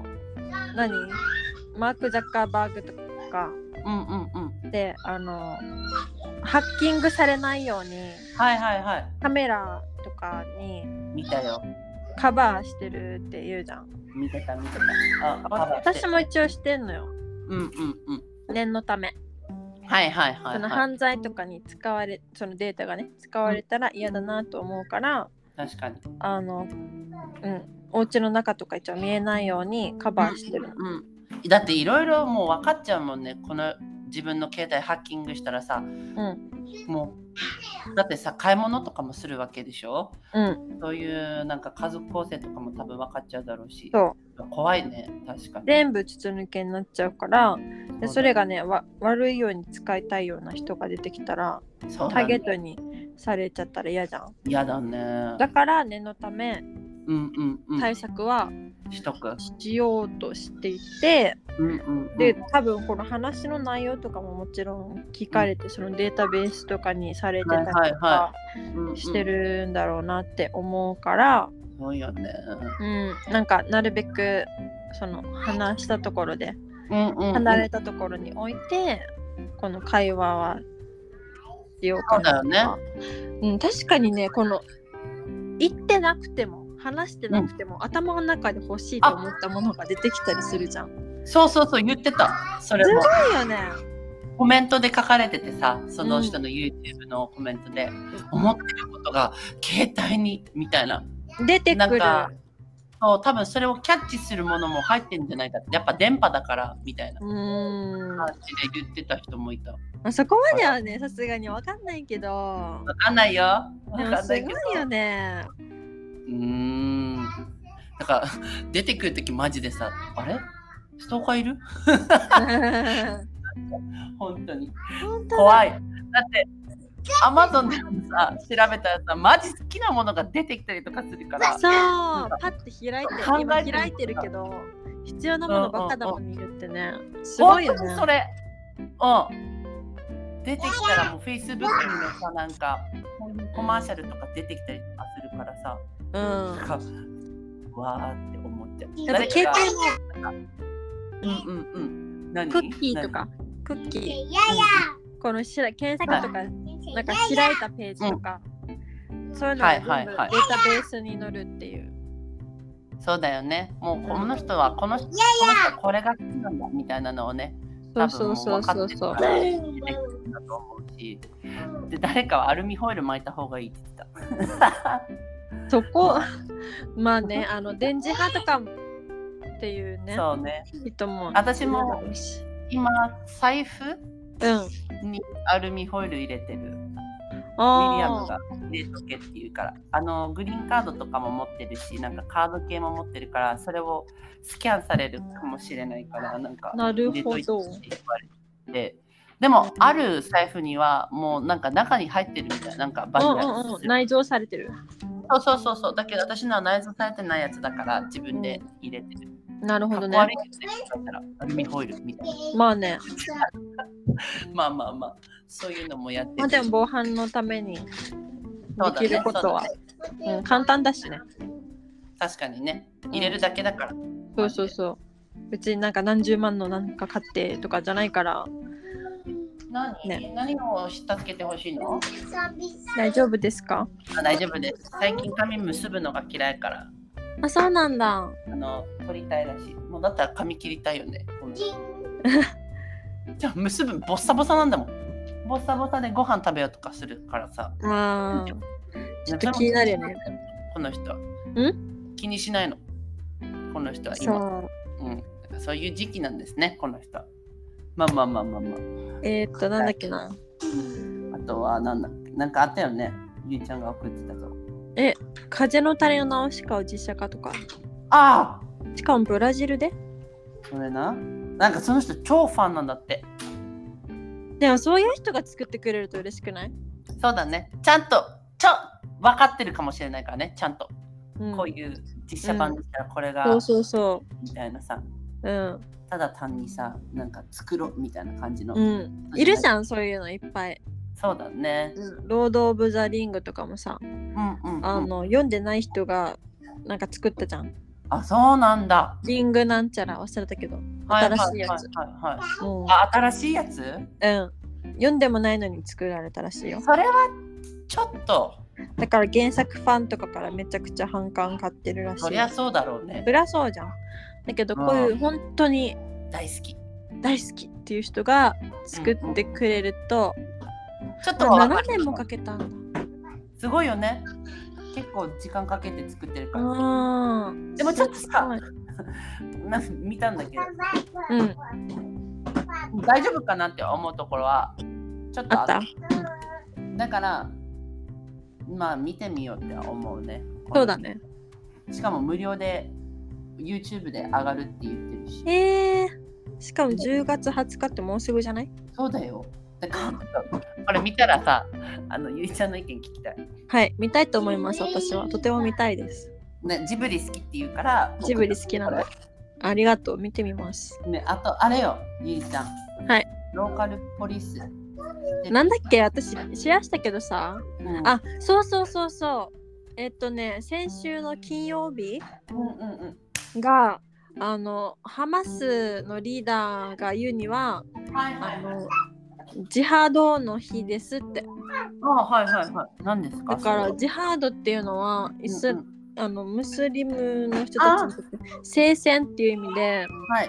マーク・ザッカーバーグとか、でハッキングされないように、カメラとかに見たよ。 カバーしてるって言うじゃん。 見てた。 私も一応してんのよ。念のため。その犯罪とかにそのデータがね使われたら嫌だなと思うから、 確かにお家の中とか一応見えないようにカバーしてる。 だっていろいろもう分かっちゃうもんね。この自分の携帯ハッキングしたらさ、もうだってさ、買い物とかもするわけでしょ。そういうなんか家族構成とかも多分分かっちゃうだろうし、怖いね。確かに全部筒抜けになっちゃうから、でそれがね悪いように使いたいような人が出てきたら、ターゲットにされちゃったら嫌じゃん。 嫌だね。 だから念のため対策はしようとしていて、で多分この話の内容とかももちろん聞かれて、そのデータベースとかにされてたりとかしてるんだろうなって思うから、 そうよね。 なんかなるべくその話したところで、離れたところに置いてこの会話はしようかな。 そうだよね。 確かにね、この言ってなくても話してなくても、頭の中で欲しいと思ったものが出てきたりするじゃん。 そう言ってた。それもすごいよね。 コメントで書かれててさ、その人の YouTube のコメントで、思ってることが携帯にみたいな出てくる。 多分それをキャッチするものも入ってるんじゃないかって、やっぱ電波だからみたいな感じで言ってた人もいた。 そこまではね、さすがに分かんないけど。 分かんないよ。 でもすごいよね。 だから出てくるときマジでさ、あれストーカーいる本当に怖い。だってAmazon でさ調べたらさ、マジ好きなものが出てきたりとかするから、 そうパッて開いて、今開いてるけど必要なものばっかだもん見るってね、すごいよね。 本当にそれ出てきたらもう Facebook にもさ、なんかコマーシャルとか出てきたりとかするからさ、わーって思っちゃう。 だから携帯も何クッキーとかクッキー、この検索とか、なんか開いたページとか、そういうのが全部データベースに載るっていう。 そうだよね。もうこの人はこの人はこれが好きなんだみたいなのをね、多分もう分かってるから出てくるんだと思うし、で誰かはアルミホイル巻いた方がいいって言ってた。 そこまあね、電磁波とかっていうね、 そうね、 人も私も今財布にアルミホイル入れてる。ウィリアムが入れとけっていうから、グリーンカードとかも持ってるし、なんかカード系も持ってるから、それをスキャンされるかもしれないから、なんか入れといてって言われて、でもある財布にはもうなんか中に入ってるみたいな、なんかバリアル内蔵されてる。 そうだけど私のは内蔵されてないやつだから自分で入れてる。 なるほどね。 悪いですね。アルミホイルみたいな。 まあね。 まあそういうのもやってる。 まあでも防犯のためにできることは、簡単だしね。 確かにね。入れるだけだから。 そう。別になんか何十万のなんか買ってとかじゃないから。 何を助けてほしいの？ 大丈夫ですか？ 大丈夫です。最近髪結ぶのが嫌いから。 あ、そうなんだ。 取りたいらしい。もうだったら髪切りたいよね。じゃあ結ぶボッサボサなんだもん。ボッサボサでご飯食べようとかするからさ。 ちょっと気になるよね。 この人は。気にしないの。この人は今。そういう時期なんですね、この人は。まあ。 なんだっけな。 あとはなんかあったよね。ゆいちゃんが送ってたぞ。 風の谷のナウシカを実写化とか。 しかもブラジルで。 それな。なんかその人超ファンなんだって。 でもそういう人が作ってくれると嬉しくない？ そうだね。ちゃんと分かってるかもしれないからね。ちゃんと、こういう実写版でしたらこれが、 そうみたいなさ、 ただ単にさ、なんか作ろうみたいな感じの、 いるじゃん、そういうのいっぱい。 そうだね。 ロード・オブ・ザ・リングとかもさ、読んでない人がなんか作ったじゃん。 あ、そうなんだ。 リングなんちゃら忘れたけど、新しいやつ。 新しいやつ？ 読んでもないのに作られたらしいよ。 それはちょっと。 だから原作ファンとかからめちゃくちゃ反感買ってるらしい。 そりゃそうだろうね。 そりゃそうじゃん。だけどこういう本当に大好きっていう人が作ってくれると、 ちょっと 7年もかけたんだ。 すごいよね。結構時間かけて作ってるから。でもちょっとさ、見たんだけど、大丈夫かなって思うところはちょっとあった。だからまあ見てみようって思うね。 そうだね。 しかも無料で YouTube で上がるって言ってるし。 しかも10月20日ってもうすぐじゃない？ そうだよ。だからこれ見たらさ、ゆいちゃんの意見聞きたい。 はい、見たいと思います。私はとても見たいです。 ね、ジブリ好きって言うから。 ジブリ好きなんだ。ありがとう、見てみます。 ね、あとあれよ、ゆいちゃん。 はい。 ローカルポリス。 なんだっけ、私シェアしたけどさ、そう。先週の金曜日が、ハマスのリーダーが言うには、ジハードの日ですって。 何ですか？ だからジハードっていうのはムスリムの人たちにとって聖戦っていう意味で、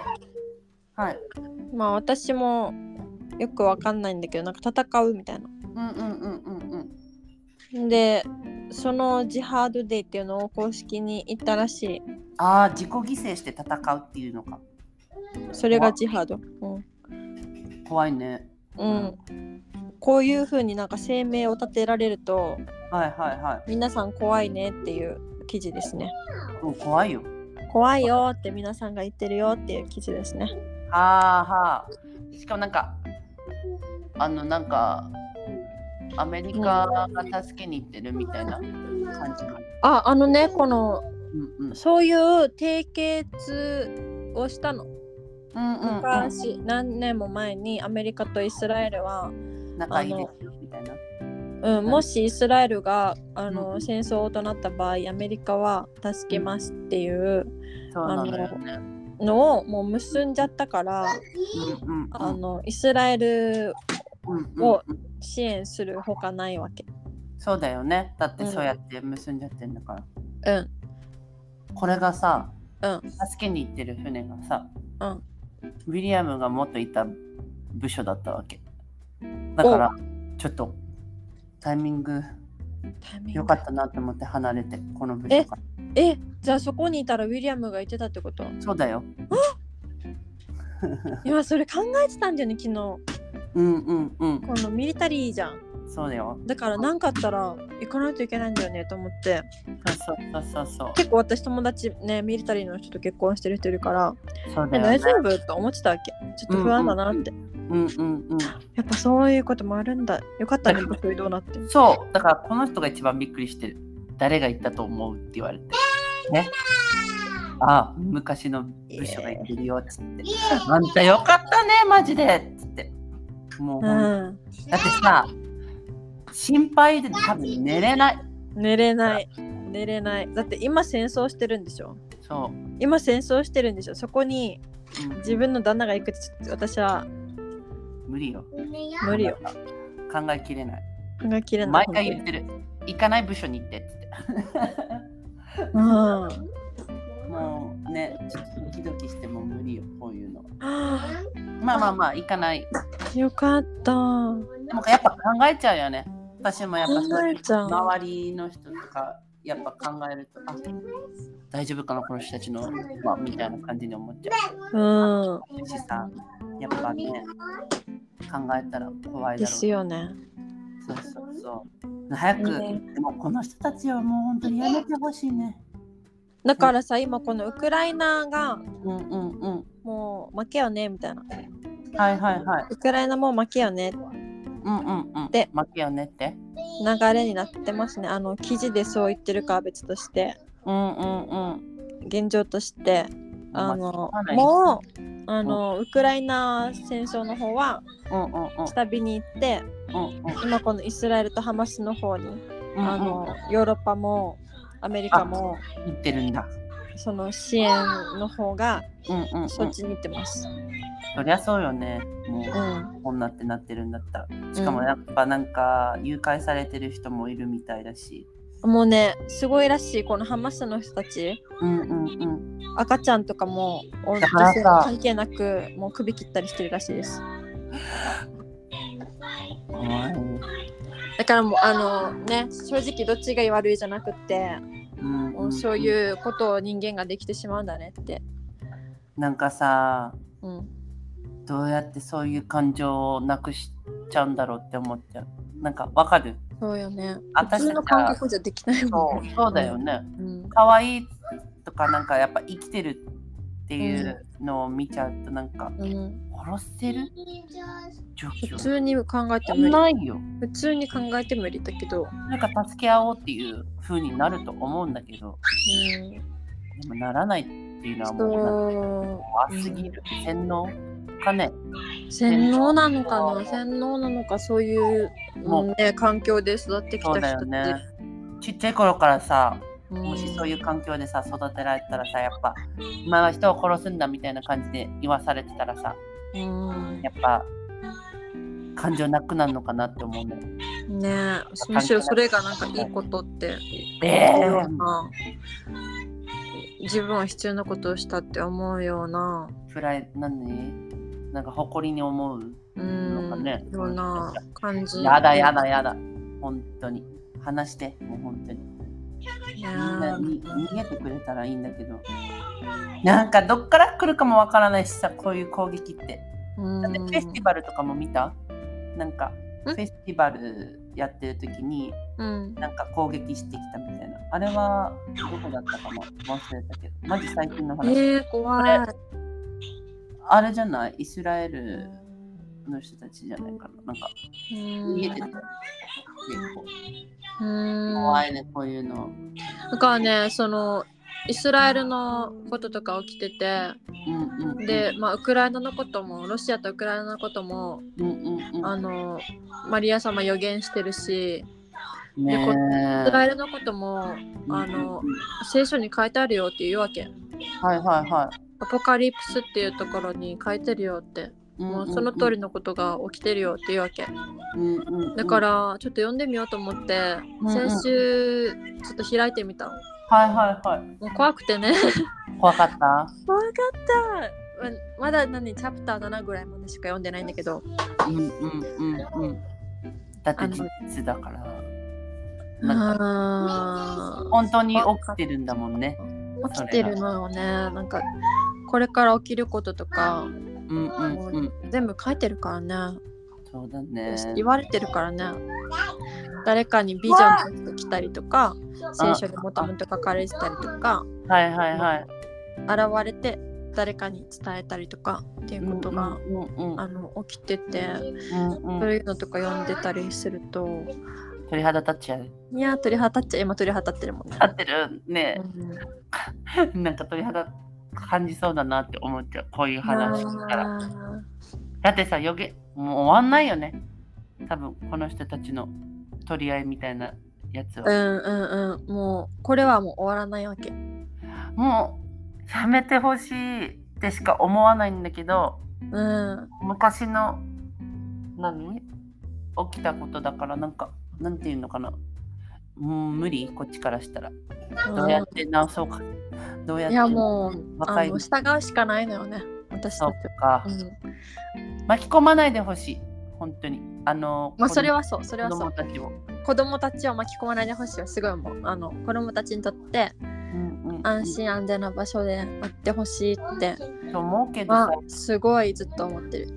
まあ私もよくわかんないんだけど、なんか戦うみたいな。で、そのジハードデーっていうのを公式に言ったらしい。 自己犠牲して戦うっていうのか。 それがジハード。 怖いね。 こういう風になんか声明を立てられると、皆さん怖いねっていう記事ですね。 怖いよって皆さんが言ってるよっていう記事ですね。 しかもなんかアメリカが助けに行ってるみたいな感じ。 この、そういう締結をしたの。昔何年も前にアメリカとイスラエルは仲いいですよみたいな。 もしイスラエルが戦争となった場合、アメリカは助けますっていうのをもう結んじゃったから、イスラエルを支援するほかないわけ。 そうだよね。だってそうやって結んじゃってんだから。これがさ、助けに行ってる船がさ、ウィリアムが元いた部署だったわけ。だからちょっとタイミング良かったなと思って離れて、この部署から。 じゃあそこにいたらウィリアムがいてたってこと？ そうだよ。 今それ考えてたんだよね、昨日。このミリタリーじゃん。 そうだよ。 だから何かあったら行かないといけないんだよねと思って。 そう。 結構私友達ね、ミリタリーの人と結婚してる人いるから、 そうだよね、 大丈夫と思ってたわけ。ちょっと不安だなって。やっぱそういうこともあるんだ。よかったね、僕移動なって。 そう、だからこの人が一番びっくりしてる。誰が言ったと思うって言われて。ね。昔の部署が言ってるよっつって。あんたよかったね、マジでっつって。もう、だってさ、心配で多分寝れない。だって今戦争してるんでしょ。 そう。 今戦争してるんでしょ。そこに自分の旦那が行くって私は無理よ。考えきれない。毎回言ってる。行かない部署に行ってっつって。もうね、ちょっとドキドキしても無理よ、こういうの。まあ行かない。 よかった。でもやっぱ考えちゃうよね。私もやっぱ周りの人とかやっぱ考えると、大丈夫かなこの人たちの、みたいな感じに思っちゃう。しさ、やっぱね、考えたら怖いだろう。 ですよね。 そう。早く、でもこの人たちはもう本当にやめてほしいね。 だからさ、今このウクライナが、もう負けよねみたいな。 はいはいはい。 ウクライナも負けよねで、負けよねって流れになってますね。記事でそう言ってるかは別として、現状としてもうウクライナ戦争の方は下火に行って、今このイスラエルとハマスの方に、ヨーロッパもアメリカも行ってるんだ。 その支援の方がそっちに行ってます。 そりゃそうよね。もう、こんなってなってるんだったら。しかもやっぱなんか誘拐されてる人もいるみたいだし。 もうね、すごいらしい。このハマスの人たち、赤ちゃんとかも女性関係なくもう首切ったりしてるらしいです。だからもうね、正直どっちが悪いじゃなくて、そういうことを人間ができてしまうんだねって。なんかさ、どうやってそういう感情をなくしちゃうんだろうって思っちゃう。なんかわかる？ そうよね。普通の感覚じゃできないもんね。 そうだよね。可愛いとかなんかやっぱ生きてるっていうのを見ちゃうとなんか、殺せる？ 普通に考えて無理。 ないよ。 普通に考えて無理だけど。 なんか助け合おうっていう風になると思うんだけど、でもならないっていうのはもう怖すぎる。洗脳かね。 洗脳なのかな、洗脳なのか、そういう環境で育ってきた人って。そうだよね。 ちっちゃい頃からさ、もしそういう環境でさ育てられたらさ、やっぱ今は人を殺すんだみたいな感じで言わされてたらさ、やっぱ感情なくなるのかなって思うね。 むしろそれがなんかいいことって、自分は必要なことをしたって思うような。 なんか誇りに思うのかね。 ような感じ。 やだ。本当に話して、もう本当に。みんな逃げてくれたらいいんだけど、なんかどっから来るかもわからないしさ、こういう攻撃って。だってフェスティバルとかも見た？なんかフェスティバルやってる時に、なんか攻撃してきたみたいな。あれはどこだったかな、忘れたけど、マジ最近の話。 怖い。 あれじゃない？イスラエルの人たちじゃないかな。なんか逃げてた。結構怖いね、こういうの。 だからね、そのイスラエルのこととか起きてて、で、ウクライナのことも、ロシアとウクライナのことも、マリア様予言してるし、でイスラエルのことも聖書に書いてあるよっていうわけ。アポカリプスっていうところに書いてるよって、もうその通りのことが起きてるよっていうわけ。だからちょっと読んでみようと思って、先週ちょっと開いてみた。もう怖くてね。 怖かった。 まだチャプター7ぐらいまでしか読んでないんだけど。 だって実だから。本当に起きてるんだもんね。 起きてるのよね。なんかこれから起きることとか、全部書いてるからね。 そうだね。 言われてるからね。誰かにビジョンとして来たりとか、聖書でもともと書かれてたりとか、現れて誰かに伝えたりとかっていうことが起きてて、そういうのとか読んでたりすると鳥肌立っちゃう。 いや、鳥肌立っちゃう。今鳥肌立ってるもんね。 立ってるね。なんか鳥肌感じそうだなって思っちゃう。こういう話したら。だってさ、もう終わんないよね。多分この人たちの取り合いみたいなやつは。 もうこれはもう終わらないわけ。 もうやめてほしいってしか思わないんだけど、昔の起きたことだから、なんていうのかな、もう無理、こっちからしたら。どうやって直そうか。どうやって。いや、もう従うしかないのよね、私たち。そうか。巻き込まないでほしい、本当に。それはそう、それはそう。子供たちを巻き込まないでほしいはすごい思う。子供たちにとって安心安全な場所であってほしいって思うけどさ、すごいずっと思ってる。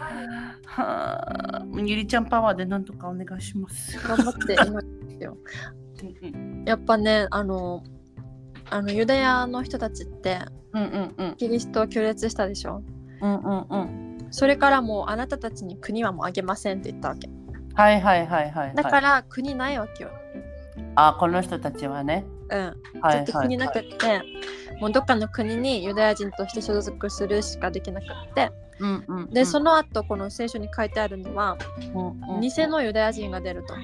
ゆりちゃんパワーでなんとかお願いします。 頑張って今よ。やっぱね、 ユダヤの人たちって、キリストを拒絶したでしょ。それからもうあなたたちに国はもうあげませんって言ったわけ。だから国ないわけよ。 この人たちはね。 ずっと国なくって、もうどっかの国にユダヤ人として所属するしかできなくって、でその後この聖書に書いてあるのは、偽のユダヤ人が出ると。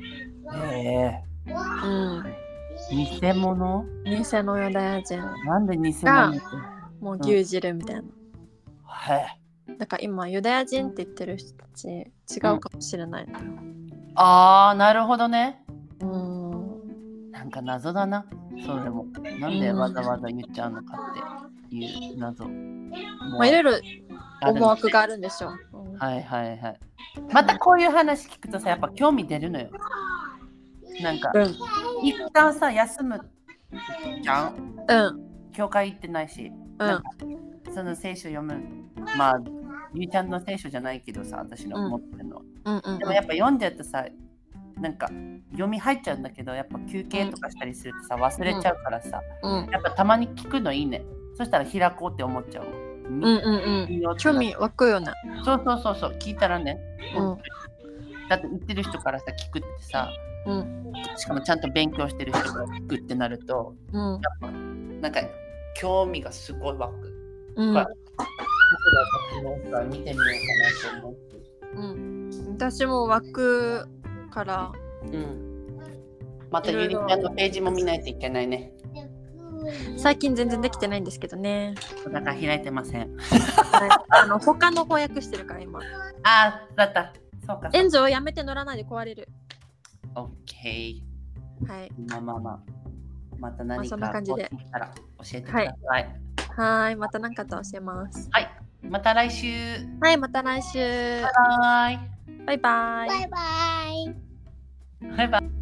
偽物？ 偽のユダヤ人なんで偽物がもう牛耳るみたいな。だから今ユダヤ人って言ってる人たち違うかもしれない。 なるほどね。なんか謎だな。それもなんでわざわざ言っちゃうのかっていう謎。 いろいろ思惑があるんでしょう。 またこういう話聞くとさ、やっぱ興味出るのよ。なんか、一旦さ休むじゃん。教会行ってないし、なんかその聖書読む、まあゆうちゃんの聖書じゃないけどさ、私の持ってるの。でもやっぱ読んじゃうとさ、なんか読み入っちゃうんだけど、やっぱ休憩とかしたりするとさ忘れちゃうからさ、やっぱたまに聞くのいいね。そしたら開こうって思っちゃう。 興味湧くよね。 そう聞いたらね、だって言ってる人からさ聞くってさ、しかもちゃんと勉強してる人が聞くってなると、やっぱなんか興味がすごい湧く。見てみようかなと思って。 私も湧くから、 またゆりちゃんのページも見ないといけないね。 最近全然できてないんですけどね。 だから開いてません。 他の翻訳してるから今。 だった。そうか。 エンジョをやめて乗らないで壊れる。 オッケー。 はい。 また何かそんな感じでたら教えてください。 はい、また何かと教えます。 はい。また来週。 はい、また来週。 バイバイ。 バイバイ。 バイバイ。 バイバイ。